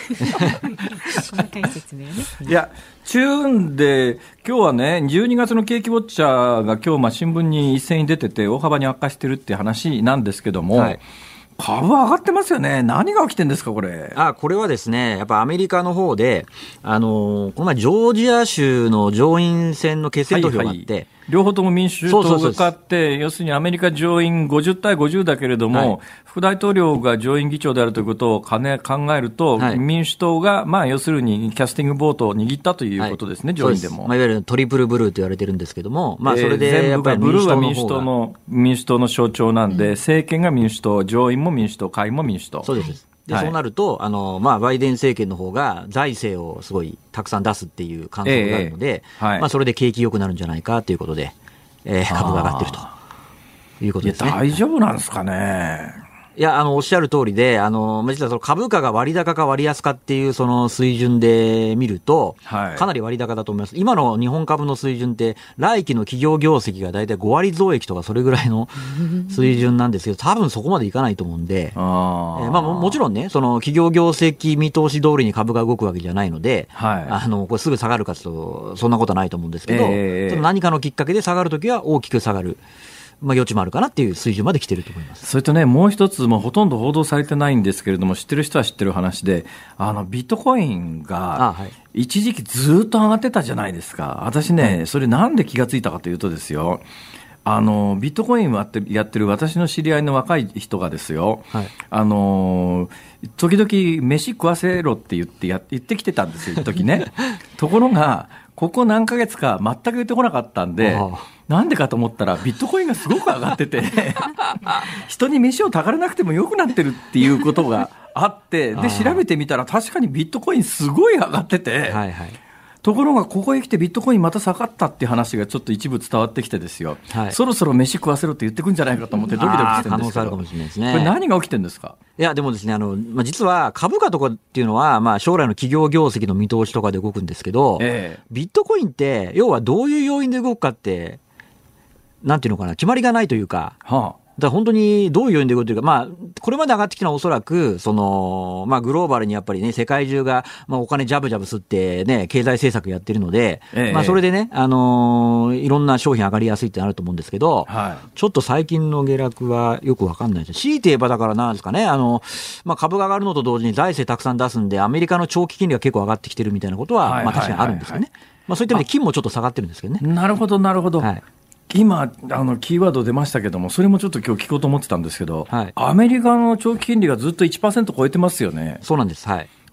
いやチューンで今日はね、じゅうにがつの景気ウォッチャーが今日まあ新聞に一斉に出てて大幅に悪化してるっていう話なんですけども、はい、株上がってますよね。何が起きてるんですかこれ。 あ、これはですね、やっぱアメリカの方で、あのー、この前ジョージア州の上院選の決選投票があって、はいはい、 両方とも民主党が勝って、要するにアメリカ上院ごじゅうたいごじゅうだけれども、はい、副大統領が上院議長であるということを考えると、はい、民主党が、まあ、要するにキャスティングボートを握ったということですね、はい、上院でも。 まあ、いわゆるトリプルブルーと言われてるんですけども、まあ、それで、 えー、全部がブルーは民主党の、民主党の象徴なんで、うん、政権が民主党、上院も民主党、下院も民主党。 そうです。で、はい、そうなると、あの、まあ、バイデン政権の方が財政をすごいたくさん出すっていう感想があるので、えーはい、まあ、それで景気良くなるんじゃないかということで、えー、株が上がってるということですね。 いや、大丈夫なんですかね。 いや、あの、おっしゃる通りで、あの、実はその株価が割高か割安かっていうその水準で見ると、はい、かなり割高だと思います。今の日本株の水準って、来期の企業業績がだいたいごわり増益とかそれぐらいの水準なんですけど、多分そこまでいかないと思うんで、あ、えー、まあも、もちろんね、その企業業績見通し通りに株が動くわけじゃないので、はい、あの、これすぐ下がるかと、そんなことはないと思うんですけど、えー、その何かのきっかけで下がるときは大きく下がる。まあ、余地もあるかなっていう水準まで来てると思います。 それとね、もう一つ、もうほとんど報道されてないんですけれども、知ってる人は知ってる話で、あのビットコインが一時期ずっと上がってたじゃないですか。私ね、それなんで気がついたかというとですよ、あのビットコインをやってる私の知り合いの若い人がですよ、はい、あの時々飯食わせろって言ってや言ってきてたんですよ、一時ね。ところがここ何ヶ月か全く言ってこなかったんで、なんでかと思ったらビットコインがすごく上がってて人に飯をたからなくても良くなってるっていうことがあって、で調べてみたら確かにビットコインすごい上がってて、はいはい、ところがここへ来てビットコインまた下がったっていう話がちょっと一部伝わってきてですよ、はい、そろそろ飯食わせろって言ってくんじゃないかと思ってドキドキしてるんですけど、可能性あるかもしれないですね。これ何が起きてるんですか。 いやでもですね、あの、まあ、実は株価とかっていうのは、まあ、将来の企業業績の見通しとかで動くんですけど、ええ、ビットコインって要はどういう要因で動くかってなんていうのかな、決まりがないというか、はあ、だから本当にどういう要因で動くというか、まあ、これまで上がってきたのはおそらく、その、まあ、グローバルにやっぱりね、世界中が、まあ、お金ジャブジャブ吸ってね、経済政策やってるので、ええ、まあ、それでね、あのー、いろんな商品上がりやすいってなると思うんですけど、はい、ちょっと最近の下落はよくわかんないです。強いて言えばだからなんですかね、あの、まあ、株が上がるのと同時に財政たくさん出すんで、アメリカの長期金利が結構上がってきてるみたいなことは、はい、まあ、確かにあるんですよね。まあ、そういった意味で金もちょっと下がってるんですけどね。 なるほど、なるほど。はい、今あのキーワード出ましたけども、それもちょっと今日聞こうと思ってたんですけど、はい、アメリカの長期金利がずっと いちパーセント 超えてますよね。 そうなんです、はい、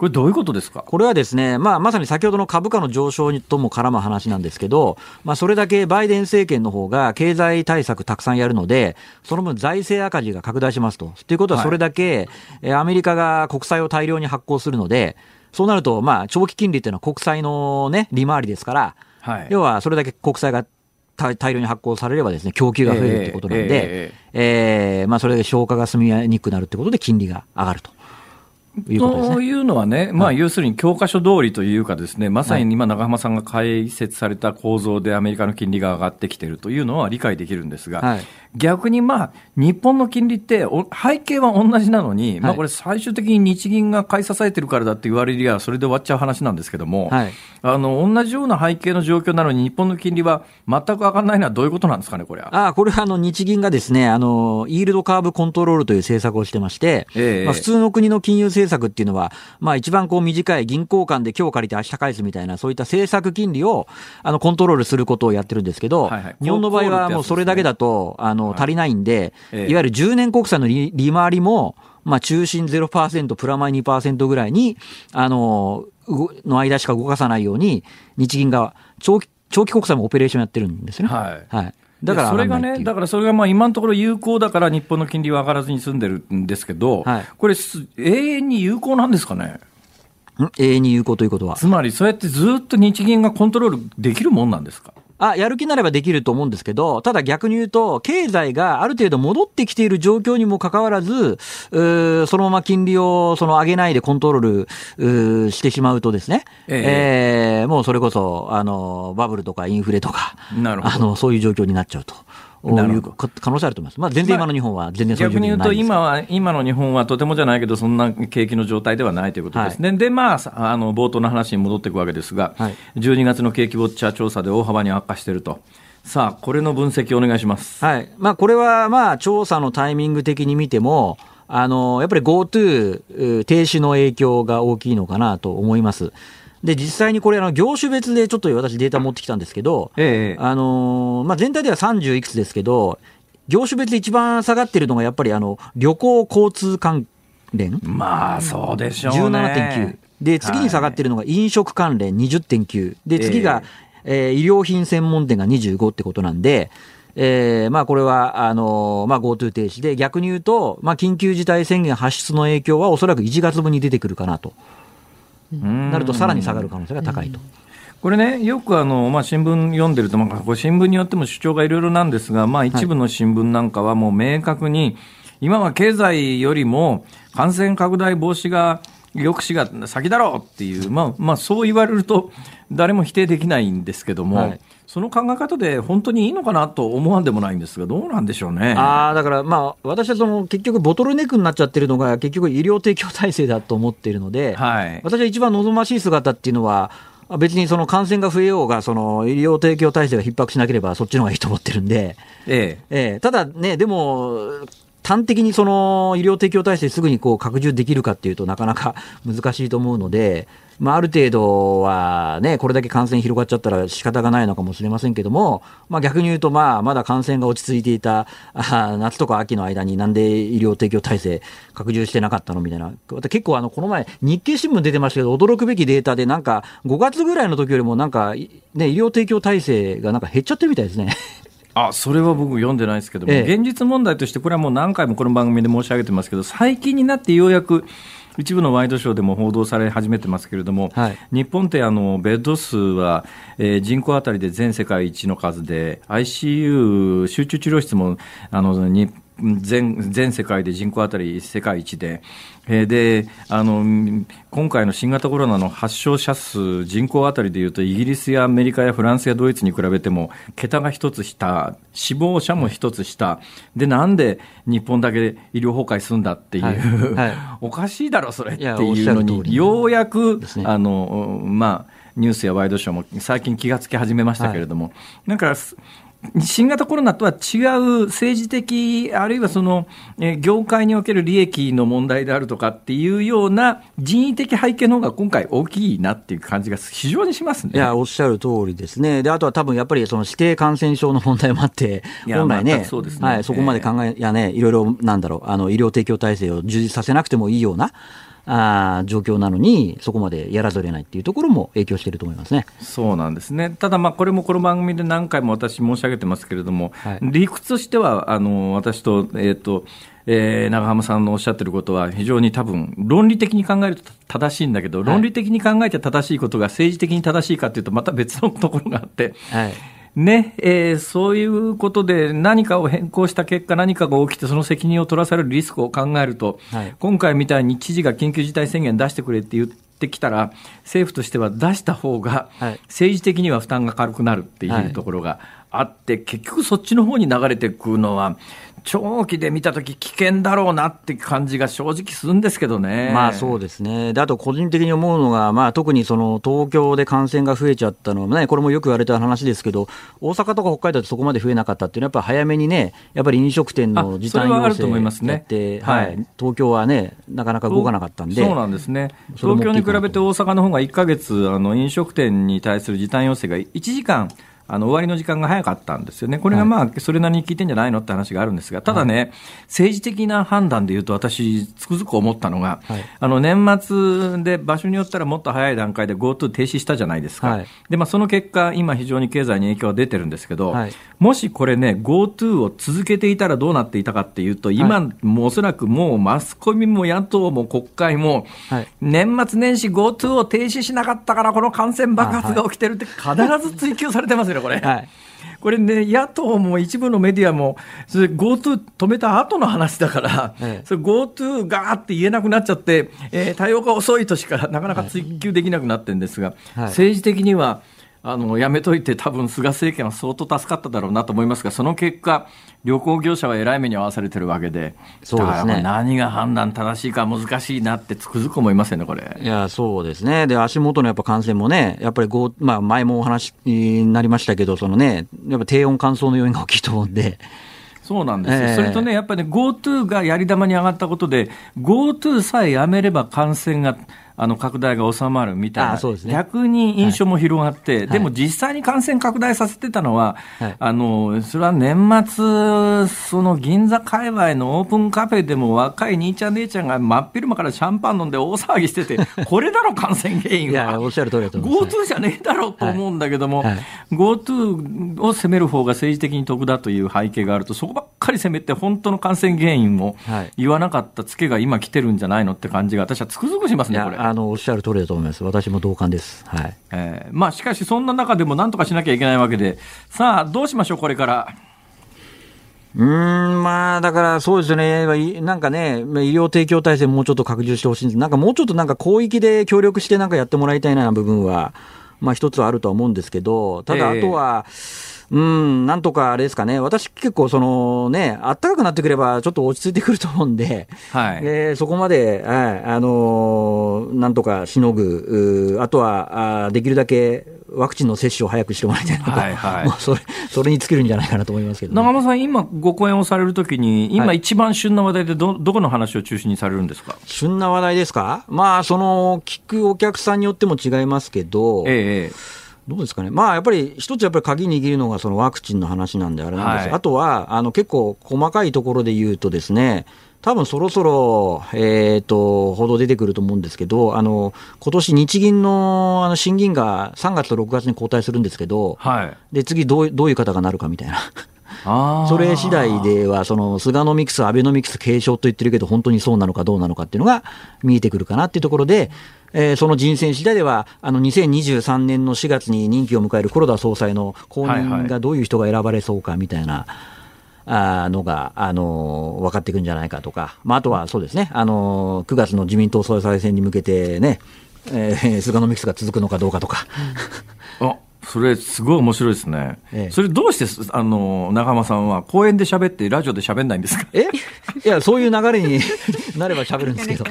これどういうことですか。 これはですね、まあ、まさに先ほどの株価の上昇とも絡む話なんですけど、まあ、それだけバイデン政権の方が経済対策たくさんやるので、その分財政赤字が拡大しますと。ということはそれだけ、はい、アメリカが国債を大量に発行するので、そうなると、まあ、長期金利っていうのは国債のね、利回りですから、はい、要はそれだけ国債が大量に発行されればですね、供給が増えるということなんで、えーえーえーまあ、それで消化が進みにくくなるということで金利が上がると。いうことですね、 というのはね、まあ、要するに教科書通りというかですね、まさに今永濱さんが解説された構造でアメリカの金利が上がってきているというのは理解できるんですが、はい、逆にまあ日本の金利って背景は同じなのに、はい、まあ、これ最終的に日銀が買い支えてるからだって言われりゃそれで終わっちゃう話なんですけども、はい、あの同じような背景の状況なのに日本の金利は全く上がらないのはどういうことなんですかね、これは。 ああ、これはあの日銀がですね、あのイールドカーブコントロールという政策をしてまして、えーまあ、普通の国の金融政策っていうのはまあ、一番こう短い銀行間で今日借りて明日返すみたいな、そういった政策金利をあのコントロールすることをやってるんですけど、はいはい、日本の場合はもうそれだけだとあの足りないんで、はい、いわゆるじゅうねん国債の 利, 利回りも、まあ、中心 ゼロパーセント プラマイ にパーセント ぐらいにあのの間しか動かさないように日銀が長期、長期国債もオペレーションやってるんですね。はい、はい、だからそれがね、 だからそれがまあ今のところ有効だから日本の金利は上がらずに済んでるんですけど、はい、これ永遠に有効なんですかね。 永遠に有効ということは、 つまりそうやってずっと日銀がコントロールできるもんなんですか。 あ、やる気なればできると思うんですけど、ただ逆に言うと経済がある程度戻ってきている状況にもかかわらず、そのまま金利をその上げないでコントロールしてしまうとですね、えーえー、もうそれこそあのバブルとかインフレとか、なるほど、あのそういう状況になっちゃうという可能性あると思います。まあ、全然今の日本は全然そういう状況にないです。 逆に言うと今は今の日本はとてもじゃないけどそんな景気の状態ではないということですね。はい、で、まあ、あの冒頭の話に戻っていくわけですが、はい、じゅうにがつの景気ウォッチャー調査で大幅に悪化していると。さあ、これの分析をお願いします。 はい、まあ、これはまあ調査のタイミング的に見ても、あのやっぱり GoTo 停止の影響が大きいのかなと思います。で、実際にこれ、あの業種別でちょっと私データ持ってきたんですけど、ええ、あのまあ、全体ではさんじゅういくつですけど、業種別で一番下がってるのがやっぱりあの旅行交通関連、 まあそうでしょうね、 じゅうななてんきゅう で、次に下がってるのが飲食関連 にじゅってんきゅう で、次が、えーえー、医療品専門店がにじゅうごってことなんで、えー、まあこれはあの、まあ、GoTo 停止で、逆に言うと、まあ、緊急事態宣言発出の影響はおそらくいちがつぶんに出てくるかなとなると、さらに下がる可能性が高いと。 これね、よくあの、まあ、新聞読んでると、まあ、これ新聞によっても主張がいろいろなんですが、まあ、一部の新聞なんかはもう明確に、今は経済よりも感染拡大防止が抑止が先だろうっていう、まあまあ、そう言われると誰も否定できないんですけども、はい、その考え方で本当にいいのかなと思わんでもないんですが、どうなんでしょうね。 あ、だから、まあ、私はその結局ボトルネックになっちゃってるのが結局医療提供体制だと思っているので、はい、私は一番望ましい姿っていうのは、別にその感染が増えようが、その医療提供体制が逼迫しなければそっちの方がいいと思ってるんで、ええええ、ただね、でも端的にその医療提供体制すぐにこう拡充できるかっていうとなかなか難しいと思うので、まあ、ある程度はね、これだけ感染広がっちゃったら仕方がないのかもしれませんけども、まあ、逆に言うと、まあまだ感染が落ち着いていたあ夏とか秋の間になんで医療提供体制拡充してなかったのみたいな、結構あのこの前日経新聞出てましたけど、驚くべきデータでなんかごがつぐらいの時よりもなんか、ね、医療提供体制がなんか減っちゃってるみたいですね。 あ、それは僕読んでないですけども、ええ、現実問題としてこれはもう何回もこの番組で申し上げてますけど、最近になってようやく一部のワイドショーでも報道され始めてますけれども、はい、日本ってあのベッド数は、えー、人口当たりで全世界一の数で アイシーユー 集中治療室もあのに全, 全世界で人口当たり世界一で、えー、であの今回の新型コロナの発症者数人口当たりでいうとイギリスやアメリカやフランスやドイツに比べても桁が一つ下、死亡者も一つ下で、なんで日本だけ医療崩壊するんだっていう、はいはい、おかしいだろそれっていうのにようやく、ね、あのまあニュースやワイドショーも最近気がつき始めましたけれども、はい、なんか新型コロナとは違う政治的あるいはその業界における利益の問題であるとかっていうような人為的背景の方が今回大きいなっていう感じが非常にしますね。 いや、おっしゃる通りですね。で、あとは多分やっぱりその指定感染症の問題もあって本来ね、そうですね、はい、そこまで考え、いやね、いろいろなんだろう、あの医療提供体制を充実させなくてもいいようなあ状況なのに、そこまでやらざるを得ないっていうところも影響していると思いますね。 そうなんですね。ただ、まあこれもこの番組で何回も私申し上げてますけれども、はい、理屈としてはあの私と、えーとえー、長濱さんのおっしゃってることは非常に多分論理的に考えると正しいんだけど、はい、論理的に考えて正しいことが政治的に正しいかというとまた別のところがあって、はいねえー、そういうことで何かを変更した結果何かが起きてその責任を取らされるリスクを考えると、はい、今回みたいに知事が緊急事態宣言出してくれって言ってきたら政府としては出した方が政治的には負担が軽くなるっていうところがあって、はい、結局そっちの方に流れていくのは長期で見たとき危険だろうなって感じが正直するんですけどね。 まあそうですね。であと個人的に思うのが、まあ、特にその東京で感染が増えちゃったのは、ね、これもよく言われた話ですけど、大阪とか北海道でそこまで増えなかったっていうのはやっぱり早めにね、やっぱり飲食店の時短要請やって、はい、東京はねなかなか動かなかったんで。 そうなんですね。東京に比べて大阪の方がいっかげつあの飲食店に対する時短要請がいちじかんあの終わりの時間が早かったんですよね。これがまあそれなりに効いてんじゃないのって話があるんですが、ただね、はい、政治的な判断でいうと私つくづく思ったのが、はい、あの年末で場所によったらもっと早い段階で GoTo 停止したじゃないですか、はい、でまあ、その結果今非常に経済に影響が出てるんですけど、はい、もしこれね GoTo を続けていたらどうなっていたかっていうと、今、はい、もうおそらくもうマスコミも野党も国会も、はい、年末年始 GoTo を停止しなかったからこの感染爆発が起きてるって必ず追及されてますよこれ、はい、これね、野党も一部のメディアもそれ GoTo 止めた後の話だから、はい、それ GoTo ガーって言えなくなっちゃって、えー、対応が遅いとしかなかなか追及できなくなってるんですが、はい、政治的にはあのやめといて多分菅政権は相当助かっただろうなと思いますが、その結果旅行業者はえらい目に遭わされてるわけで、そうですね、何が判断正しいか難しいなってつくづく思いますよねこれ。 いやそうですね。で足元のやっぱ感染もね、やっぱり、まあ、前もお話になりましたけど、そのねやっぱ低温乾燥の要因が大きいと思うんで。 そうなんですよ、えー、それとねやっぱり、ね、GoTo がやり玉に上がったことで GoTo さえやめれば感染があの拡大が収まるみたいな、ね、逆に印象も広がって、はい、でも実際に感染拡大させてたのは、はい、あのそれは年末その銀座界隈のオープンカフェでも若い兄ちゃん姉ちゃんが真っ昼間からシャンパン飲んで大騒ぎしててこれだろ感染原因は。いやおっしゃる通りだと思います。 GoTo じゃねえだろうと思うんだけども、はいはい、GoTo を攻める方が政治的に得だという背景があると、そこばっかり攻めて本当の感染原因を言わなかったツケが今来てるんじゃないのって感じが私はつくづくしますねこれ。 あのおっしゃる通りだと思います。私も同感です、はいえーまあ、しかしそんな中でも何とかしなきゃいけないわけで、さあどうしましょうこれから。 うーんまあだからそうですよね。なんかね医療提供体制もうちょっと拡充してほしいんです。なんかもうちょっとなんか広域で協力してなんかやってもらいたいな部分はまあ一つはあるとは思うんですけど、ただあとは、えーうん、なんとかあれですかね、私結構そのね、暖かくなってくればちょっと落ち着いてくると思うんで、はいえー、そこまで、はい、あのー、なんとかしのぐ、あとはあできるだけワクチンの接種を早くしてもらいたいなと、はいはい、もうそれ、それに尽きるんじゃないかなと思いますけど、ね、 長間さん、今ご講演をされるときに、今一番旬な話題で ど, どこの話を中心にされるんですか。 旬な話題ですか。まあその聞くお客さんによっても違いますけど、ええどうですかね、まあ、やっぱり一つやっぱり鍵握るのがそのワクチンの話なんであれなんです、はい、あとはあの結構細かいところで言うとですね、多分そろそろ、えー、と報道出てくると思うんですけど、あの今年日銀 の, あの審議員がさんがつとろくがつに交代するんですけど、はい、で次どう、どういう方がなるかみたいな。あそれ次第ではその菅ノミクス、アベノミクス継承と言ってるけど本当にそうなのかどうなのかっていうのが見えてくるかなっていうところで、えー、その人選次第ではあのにせんにじゅうさんねんのしがつに任期を迎える黒田総裁の後任がどういう人が選ばれそうかみたいな、はいはいあのが、あの分かっていくんじゃないかとか、まあ、あとはそうですね、あのくがつの自民党総裁選に向けてね、えー、菅ノミクスが続くのかどうかとか、 うん、あそれすごい面白いですね、ええ、それどうしてあの長間さんは公園で喋ってラジオで喋んないんですか。 えいやそういう流れになれば喋るんですけど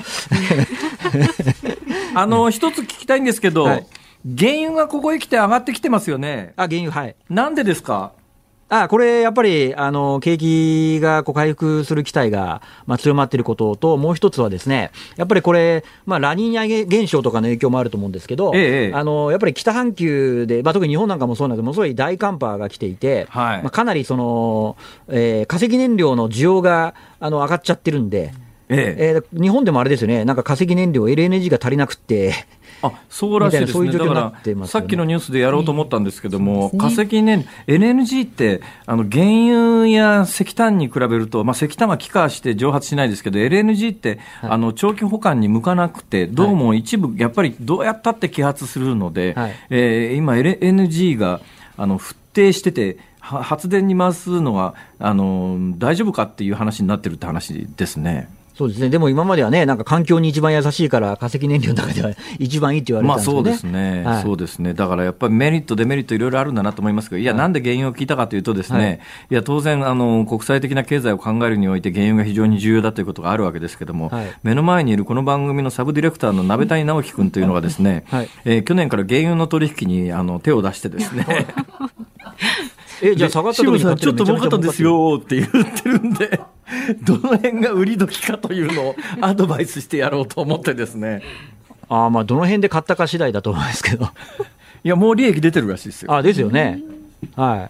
あの一つ聞きたいんですけど、はい、原油がここへ来て上がってきてますよね。 あ原油はいなんでですか。 あこれやっぱりあの景気がこう回復する期待が、まあ、強まっていることと、もう一つはですね、やっぱりこれ、まあ、ラニーニャ現象とかの影響もあると思うんですけど、ええ、あのやっぱり北半球で、まあ、特に日本なんかもそうなんですけど、ものすごい大寒波が来ていて、はいまあ、かなりその、えー、化石燃料の需要があの上がっちゃってるんで、 えええー、日本でもあれですよね、なんか化石燃料、エルエヌジー が足りなくて。 あ、そうらしいですね。だからさっきのニュースでやろうと思ったんですけども、えーね、化石燃料 エルエヌジー ってあの原油や石炭に比べると、まあ、石炭は気化して蒸発しないですけど エルエヌジー って、はい、あの長期保管に向かなくて、どうも一部やっぱりどうやったって揮発するので、はい、えー、今 エルエヌジー があの沸騰してて発電に回すのがあの大丈夫かっていう話になってるって話ですね。 そうですね。でも今まではね、なんか環境に一番優しいから化石燃料の中では一番いいって言われてたんですよね。 まあそうですね、はい、そうですね。だからやっぱりメリットデメリットいろいろあるんだなと思いますけど、いや、はい、なんで原油を聞いたかというとですね、はい、いや当然あの国際的な経済を考えるにおいて原油が非常に重要だということがあるわけですけども、はい、目の前にいるこの番組のサブディレクターの鍋谷直樹君というのがですね、はい、えー、去年から原油の取引にあの手を出してですねえ、じゃあ下がった時にちょっと儲かったんですよって言ってるんでどの辺が売り時かというのをアドバイスしてやろうと思ってですね。 あ、まあどの辺で買ったか次第だと思いますけどいやもう利益出てるらしいですよ。 あ、ですよね。はい。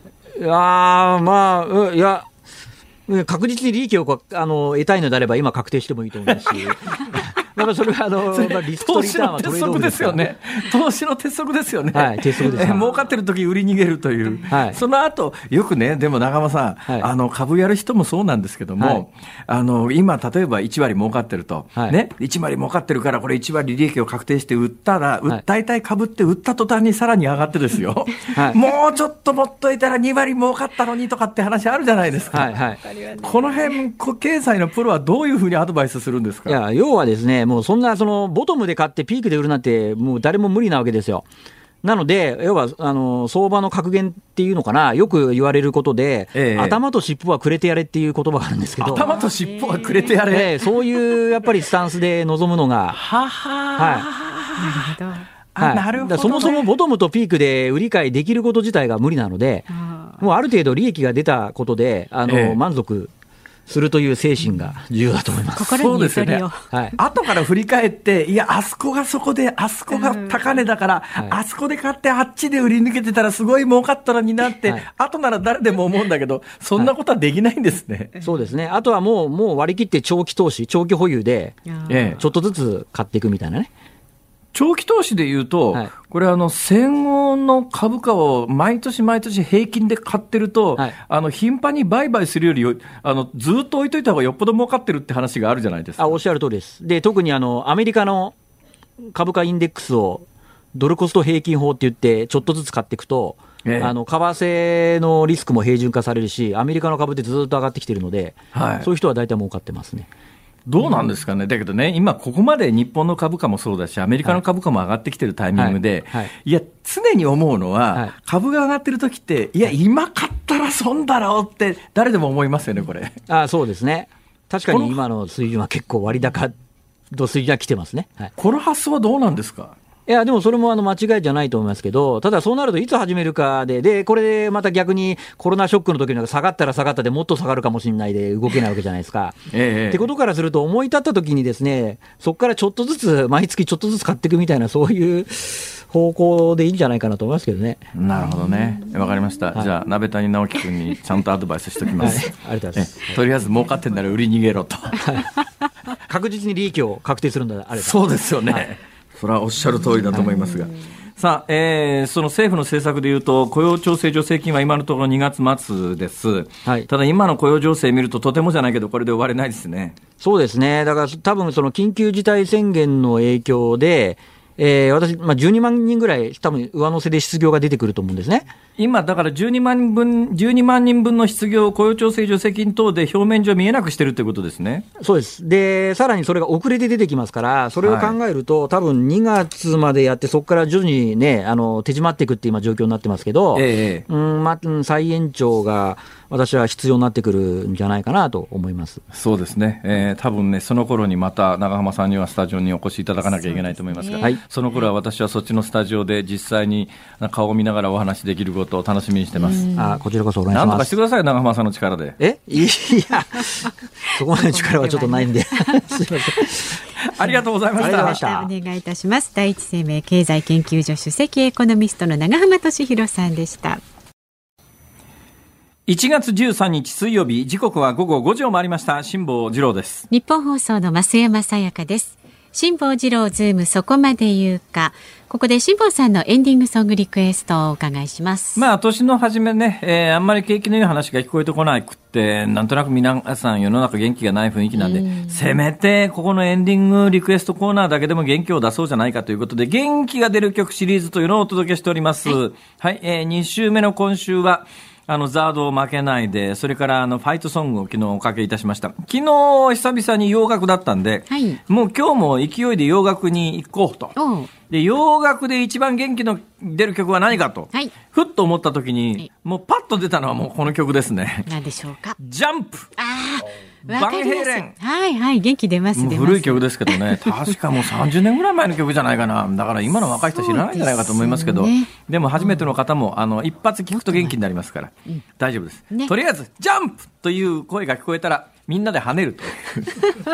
あ、まあいや確実に利益をあの得たいのであれば今確定してもいいと思いますしだからそれはあの、まあ、リスクとリターンはトレードオフですよね。 投資の鉄則ですよね。 はい、鉄則です。 え儲かってる時売り逃げるという、はい、その後よくね、でも長間さん、はい、あの株やる人もそうなんですけども、はい、あの今例えばいち割儲かってると、はい、ね、いち割儲かってるからこれいち割利益を確定して売ったら、はい、大体株って売った途端にさらに上がってですよ、はい、もうちょっと持っといたらに割儲かったのにとかって話あるじゃないですか、はいはい、この辺経済のプロはどういうふうにアドバイスするんですか。 いや、要はですね、もうそんなそのボトムで買ってピークで売るなんてもう誰も無理なわけですよ。なので要はあの相場の格言っていうのかな、よく言われることで、ええ、頭と尻尾はくれてやれっていう言葉があるんですけど、 頭と尻尾はくれてやれ、 ええ、そういうやっぱりスタンスで臨むのがはは、はい、なるほど、 はい、なるほどね。そもそもボトムとピークで売り買いできること自体が無理なので、もうある程度利益が出たことであの、ええ、満足するという精神が重要だと思います。 心にゆとりを、 はい、後から振り返って、いやあそこがそこであそこが高値だから、うん、あそこで買ってあっちで売り抜けてたらすごい儲かったのになって、はい、後なら誰でも思うんだけど、そんなことはできないんですね、 はい、そうですね。あとはもうもう割り切って長期投資、長期保有でちょっとずつ買っていくみたいなね。 長期投資でいうと、はい、これあの戦後の株価を毎年毎年平均で買ってると、はい、あの頻繁に売買するよりあのずっと置いといた方がよっぽど儲かってるって話があるじゃないですか。 あ、おっしゃる通りです。で特にあのアメリカの株価インデックスをドルコスト平均法って言ってちょっとずつ買っていくと、ええ、あの為替のリスクも平準化されるし、アメリカの株ってずっと上がってきてるので、はい、そういう人は大体儲かってますね。 どうなんですかね。だけどね、今ここまで日本の株価もそうだしアメリカの株価も上がってきてるタイミングで、はいはいはい、いや常に思うのは、はい、株が上がってる時っていや今買ったら損だろうって誰でも思いますよねこれ。 あ、そうですね。確かに今の水準は結構割高の水準が来てますね、はい、 この発想はどうなんですか。 いやでもそれもあの間違いじゃないと思いますけど、ただそうなるといつ始めるかで、でこれでまた逆にコロナショックの時の下がったら下がったでもっと下がるかもしれないで動けないわけじゃないですか、ええ、ってことからすると思い立った時にですね、そこからちょっとずつ毎月ちょっとずつ買っていくみたいなそういう方向でいいんじゃないかなと思いますけどね。 なるほどね、わかりました、はい、じゃあ鍋谷直樹君にちゃんとアドバイスしておきます、 はい、ありがとうございます。 とりあえず儲かってんなら売り逃げろと、はい、 確実に利益を確定するんだあれば。 そうですよね、はい、それはおっしゃる通りだと思いますが、はい、さあ、えー、その政府の政策でいうと雇用調整助成金は今のところにがつ末です、はい、ただ今の雇用情勢見るととてもじゃないけどこれで終われないですね。 そうですね。だから多分その緊急事態宣言の影響でえー、私、まあ、じゅうにまんにんぐらい多分上乗せで失業が出てくると思うんですね。 今だからじゅうにまんぶんじゅうにまんにんぶんの失業を雇用調整助成金等で表面上見えなくしてるということですね。 そうです。でさらにそれが遅れて出てきますから、それを考えると、はい、多分にがつまでやってそこから徐々に、ね、あの手締まっていくって今状況になってますけど、ええ、うんまあ、再延長が私は必要になってくるんじゃないかなと思います。 そうですね、えー、多分ねその頃にまた長濱さんにはスタジオにお越しいただかなきゃいけないと思いますが、 そ, す、ね、その頃は私はそっちのスタジオで実際に顔を見ながらお話できることを楽しみにしてます。 あ、こちらこそお願いします。 何とかしてください長濱さんの力で。 えいやそこまでの力はちょっとないんですいませんありがとうございました。 お願いいたします。第一生命経済研究所首席エコノミストの長濱俊弘さんでした。 いちがつじゅうさんにち水曜日、時刻は午後ごじを回りました。辛坊治郎です。 日本放送の増山さやかです。辛坊治郎ズームそこまで言うか。ここで辛坊さんのエンディングソングリクエストをお伺いします。 まあ年の初めね、えー、あんまり景気のいい話が聞こえてこなくて、なんとなく皆さん世の中元気がない雰囲気なんで、んせめてここのエンディングリクエストコーナーだけでも元気を出そうじゃないかということで、元気が出る曲シリーズというのをお届けしております。はい、はい、えー、に週目の今週はあのザードを負けないで、それからあのファイトソングを昨日おかけいたしました。昨日久々に洋楽だったんで、はい、もう今日も勢いで洋楽に行こうと。で洋楽で一番元気の出る曲は何かと、はい、ふっと思った時に、はい、もうパッと出たのはもうこの曲ですね。 何でしょうか。 ジャンプ。 あバンヘイレン。 はいはい、元気出ます出ます。 古い曲ですけどね、確かもうさんじゅうねんぐらい前の曲じゃないかな。だから今の若い人知らないんじゃないかと思いますけど、 で,、ね、でも初めての方もあの一発聞くと元気になりますから、うん、大丈夫です、ね、とりあえずジャンプという声が聞こえたらみんなで跳ねるという、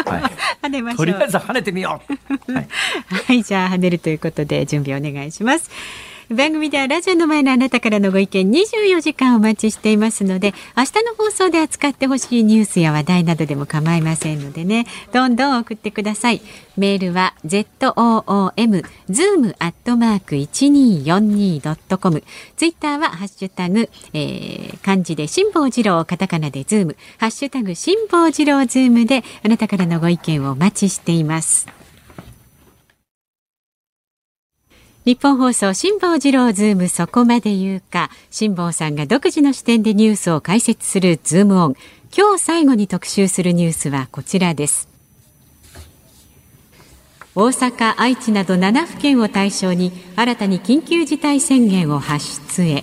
はい、跳ねましょう。とりあえず跳ねてみよう。はい、 はい、じゃあ跳ねるということで準備お願いします。番組ではラジオの前のあなたからのご意見にじゅうよじかんお待ちしていますので、明日の放送で扱ってほしいニュースや話題などでも構いませんのでね、どんどん送ってください。メールは ズーム ズーム アットマーク いちにーよんにー ドットコム、 ツイッターはハッシュタグ、えー、漢字で辛坊治郎、カタカナでズーム、ハッシュタグ辛坊治郎ズームであなたからのご意見をお待ちしています。日本放送辛坊治郎ズームそこまで言うか。辛坊さんが独自の視点でニュースを解説するズームオン。今日最後に特集するニュースはこちらです。大阪、愛知などななふけんを対象に新たに緊急事態宣言を発出へ。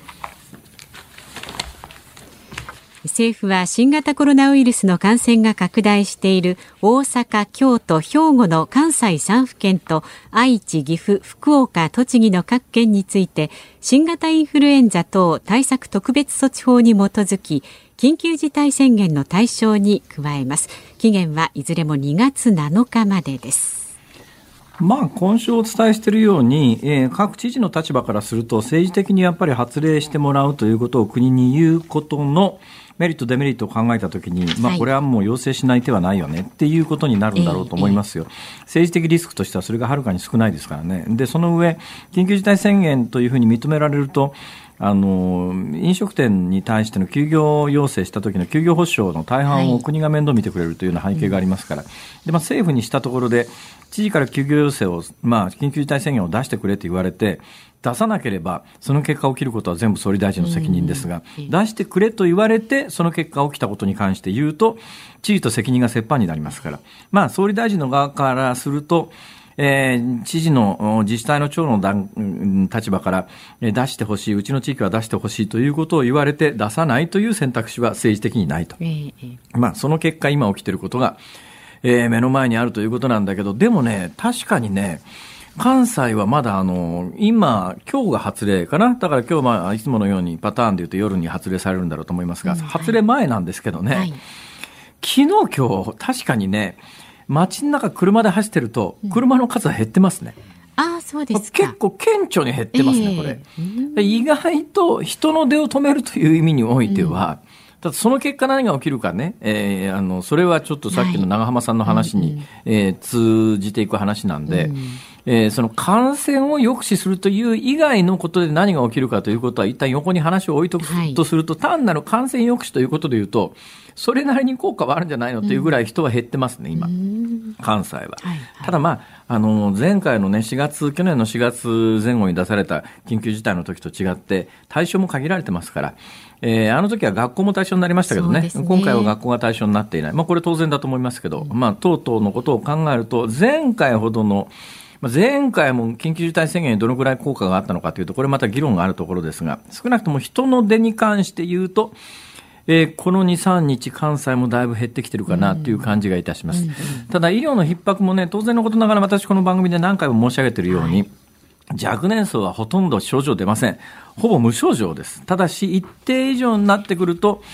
政府は新型コロナウイルスの感染が拡大している大阪、京都、兵庫の関西さんふけんと愛知、岐阜、福岡、栃木の各県について新型インフルエンザ等対策特別措置法に基づき緊急事態宣言の対象に加えます。期限はいずれもにがつなのかまでです。 まあ、今週お伝えしているように、えー、各知事の立場からすると政治的にやっぱり発令してもらうということを国に言うことのメリットデメリットを考えたときに、まあ、これはもう要請しない手はないよねっていうことになるんだろうと思いますよ。えーえー、政治的リスクとしてはそれがはるかに少ないですからね。でその上緊急事態宣言というふうに認められるとあの飲食店に対しての休業要請した時の休業保障の大半を国が面倒見てくれるというような背景がありますから、はい、でまあ、政府にしたところで知事から休業要請を、まあ、緊急事態宣言を出してくれと言われて出さなければその結果起きることは全部総理大臣の責任ですが、うん、出してくれと言われてその結果起きたことに関して言うと知事と責任が折半になりますから、まあ、総理大臣の側からするとえー、知事の自治体の長の段立場から出してほしい、うちの地域は出してほしいということを言われて出さないという選択肢は政治的にないと、えーまあ、その結果今起きていることが、えー、目の前にあるということなんだけど、でもね確かにね関西はまだあの今今日が発令かな、だから今日まあいつものようにパターンでいうと夜に発令されるんだろうと思いますが、うんはい、発令前なんですけどね、はい、昨日今日確かにね街の中車で走ってると車の数は減ってますね、 うん、ああそうですか。 結構顕著に減ってますね、えー、これ、うん、意外と人の出を止めるという意味においては、うん、ただその結果何が起きるかね、えー、あのそれはちょっとさっきの長浜さんの話に、はいえー、通じていく話なんで、うんえー、その感染を抑止するという以外のことで何が起きるかということは一旦横に話を置いとくとすると、はい、単なる感染抑止ということでいうとそれなりに効果はあるんじゃないのというぐらい人は減ってますね、うん、今関西は、はいはい、ただまああの前回のねしがつ去年のしがつぜん後に出された緊急事態の時と違って対象も限られてますから、えー、あの時は学校も対象になりましたけど ね, ね今回は学校が対象になっていない、まあ、これ当然だと思いますけど、うんまあ、等々のことを考えると前回ほどの前回も緊急事態宣言にどのくらい効果があったのかというとこれまた議論があるところですが、少なくとも人の出に関して言うと、えー、この にさんにち関西もだいぶ減ってきてるかなという感じがいたします、うんうんうん、ただ医療の逼迫もね当然のことながら私この番組で何回も申し上げているように、はい、若年層はほとんど症状出ません。ほぼ無症状です。ただし一定以上になってくると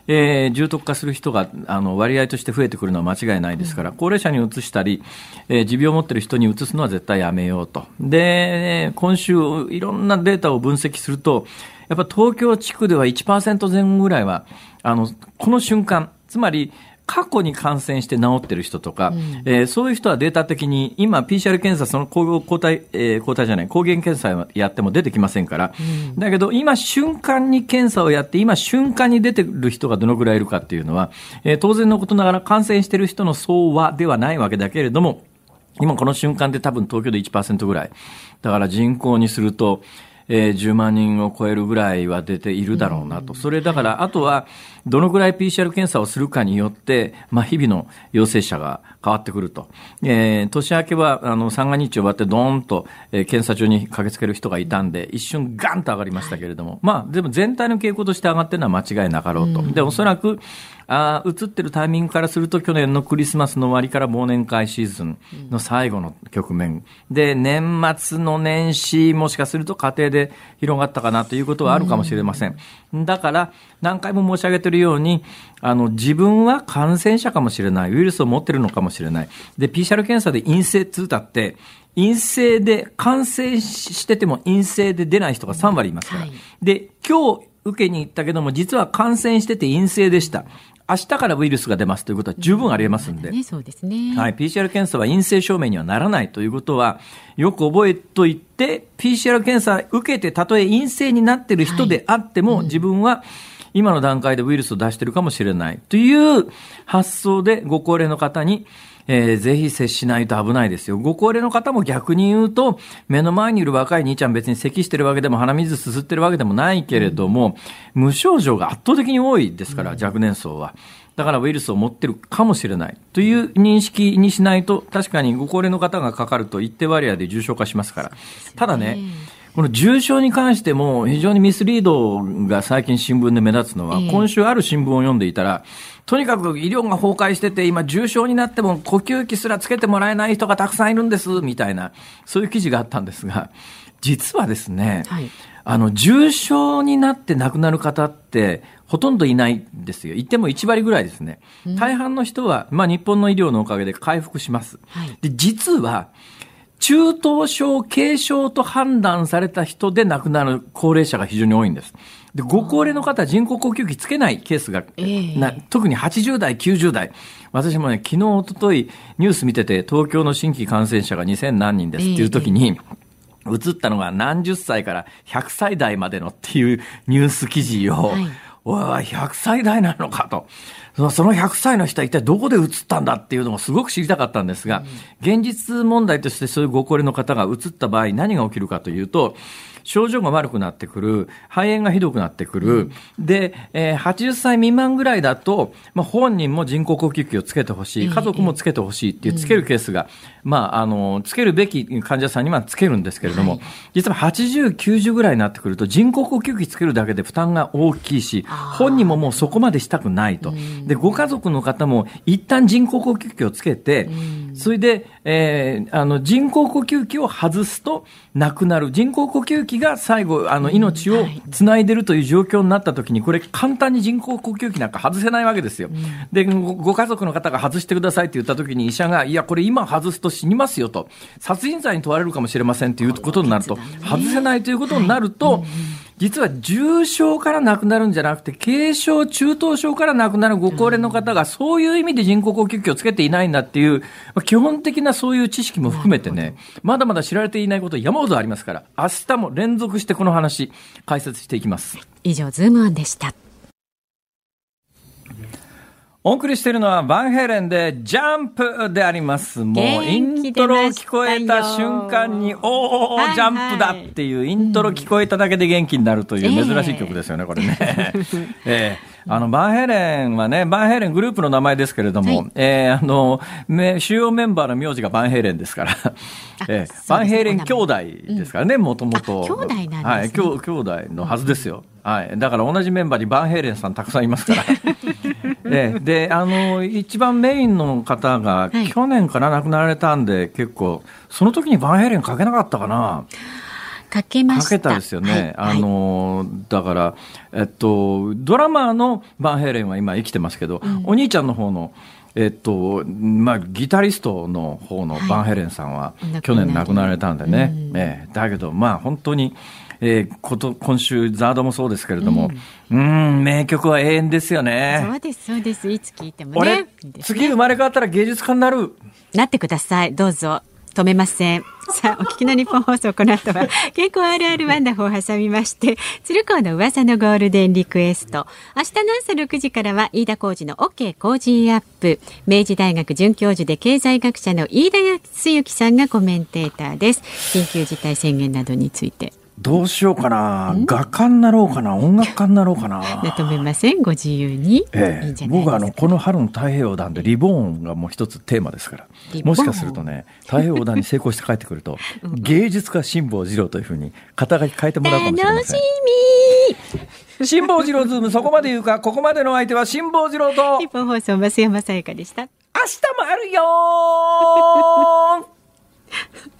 えー、重篤化する人があの割合として増えてくるのは間違いないですから、うん、高齢者にうつしたり、えー、持病を持っている人にうつすのは絶対やめようと。で、今週いろんなデータを分析すると、やっぱ東京地区ではいちパーセント 前後ぐらいはあのこの瞬間、つまり過去に感染して治ってる人とか、うんえー、そういう人はデータ的に今 ピーシーアール 検査その抗体、えー、抗体じゃない抗原検査やっても出てきませんから、うん、だけど今瞬間に検査をやって今瞬間に出てくる人がどのぐらいいるかっていうのは、えー、当然のことながら感染してる人の総和ではないわけだけれども、今この瞬間で多分東京で いちパーセント ぐらいだから人口にするとえー、じゅうまんにんを超えるぐらいは出ているだろうなと。それだからあとはどのぐらい ピーシーアール 検査をするかによって、まあ、日々の陽性者が変わってくると。えー、年明けはあの三が日終わってドーンと、えー、検査所に駆けつける人がいたんで一瞬ガンと上がりましたけれども、まあでも全体の傾向として上がってるのは間違いなかろうと。でおそらくあ移ってるタイミングからすると去年のクリスマスの終わりから忘年会シーズンの最後の局面で、年末の年始もしかすると家庭で広がったかなということはあるかもしれません。だから何回も申し上げているようにあの自分は感染者かもしれない、ウイルスを持っているのかもしれない。で ピーシーアール 検査で陰性通だって陰性で感染してても陰性で出ない人がさんわりいますから、はい、で今日受けに行ったけども実は感染してて陰性でした、明日からウイルスが出ますということは十分ありえますんで、 うんね、そうですね。 はい、ピーシーアール 検査は陰性証明にはならないということはよく覚えといて、 ピーシーアール 検査受けてたとえ陰性になっている人であっても、はいうん、自分は今の段階でウイルスを出しているかもしれないという発想でご高齢の方にえー、ぜひ接しないと危ないですよ。ご高齢の方も逆に言うと、目の前にいる若い兄ちゃん別に咳してるわけでも鼻水すすってるわけでもないけれども、うん、無症状が圧倒的に多いですから、うん、若年層は。だからウイルスを持ってるかもしれないという認識にしないと、確かにご高齢の方がかかると一定割合で重症化しますから。ただね、この重症に関しても非常にミスリードが最近新聞で目立つのは、今週ある新聞を読んでいたら、とにかく医療が崩壊してて今重症になっても呼吸器すらつけてもらえない人がたくさんいるんですみたいな、そういう記事があったんですが、実はですね、はい、あの重症になって亡くなる方ってほとんどいないんですよ。言ってもいちわりぐらいですね。大半の人は、まあ、日本の医療のおかげで回復します、はい、で実は中等症軽症と判断された人で亡くなる高齢者が非常に多いんです。でご高齢の方は人工呼吸器つけないケースが、えー、な特にはちじゅうだいきゅうじゅうだい、私もね昨日一昨日ニュース見てて、東京の新規感染者がにせんなんにんですっていう時に、えー、映ったのが何十歳からひゃくさいだいまでのっていうニュース記事を、はい、おいひゃくさいだいなのかと、そのひゃくさいの人は一体どこで移ったんだっていうのもすごく知りたかったんですが、うん、現実問題としてそういうご高齢の方が移った場合何が起きるかというと、症状が悪くなってくる、肺炎がひどくなってくる、うん、で、えー、はちじゅっさい未満ぐらいだと、まあ、本人も人工呼吸器をつけてほしい、家族もつけてほしいっていうつけるケースが、うん、まあ、あのつけるべき患者さんにはつけるんですけれども、はい、実ははちじゅう、きゅうじゅうぐらいになってくると人工呼吸器つけるだけで負担が大きいし、本人ももうそこまでしたくないと、うん、でご家族の方も一旦人工呼吸器をつけて、うん、それで、えー、あの人工呼吸器を外すと亡くなる、人工呼吸器が最後あの命をつないでるという状況になったときに、これ簡単に人工呼吸器なんか外せないわけですよ。で ご, ご家族の方が外してくださいって言ったときに、医者がいやこれ今外すと死にますよと、殺人罪に問われるかもしれませんということになると、外せないということになると、実は重症から亡くなるんじゃなくて軽症中等症から亡くなるご高齢の方がそういう意味で人工呼吸器をつけていないんだっていう基本的なそういう知識も含めてね、まだまだ知られていないこと山ほどありますから、明日も連続してこの話解説していきます。 以上ズームオンでした。 お送りしているのはバンヘイレンでジャンプであります。もうイントロ聞こえた瞬間におージャンプだっていうイントロ聞こえただけで元気になるという珍しい曲ですよね、これね。えーあのバンヘイレンはね、バンヘイレングループの名前ですけれども、はい、えー、あの主要メンバーの名字がバンヘイレンですから、えー、バンヘイレン兄弟ですからね、もともと。 兄弟なんですね。 はい、兄弟のはずですよ。はい、だから同じメンバーにバンヘイレンさんたくさんいますから。で, であの一番メインの方が去年から亡くなられたんで、はい、結構その時にバンヘイレンかけなかったかな。 かけました。 かけたですよね。はい、あのだからえっとドラマーのバンヘイレンは今生きてますけど、うん、お兄ちゃんの方のえっとまあ、ギタリストの方のバンヘレンさんは去年亡くなられたんでね、はいうんえー、だけどまあ本当に、えー、こと今週ザードもそうですけれども、うん、うん名曲は永遠ですよね。 そうですそうです。いつ聴いてもね。 俺次生まれ変わったら芸術家になる。 なってください。どうぞ。止めません。さあ、お聞きの日本放送、この後は健康 アールアール ワンダフを挟みまして鶴光の噂のゴールデンリクエスト。明日の朝ろくじからは飯田浩司の OK 工事アップ。明治大学准教授で経済学者の飯田康之さんがコメンテーターです。緊急事態宣言などについてどうしようかな、画家になろうかな、音楽家になろうかな。 止めません、ご自由に、 ええ、いいんじゃないですか。僕はあのこの春の太平洋横断でリボーンがもう一つテーマですから、もしかするとね太平洋横断に成功して帰ってくると芸術家辛坊治郎というふうに肩書き変えてもらうかもしれません。楽しみ。辛坊治郎ズーム、そこまで言うか。ここまでの相手は辛坊治郎と日本放送増山さやかでした。 明日もあるよー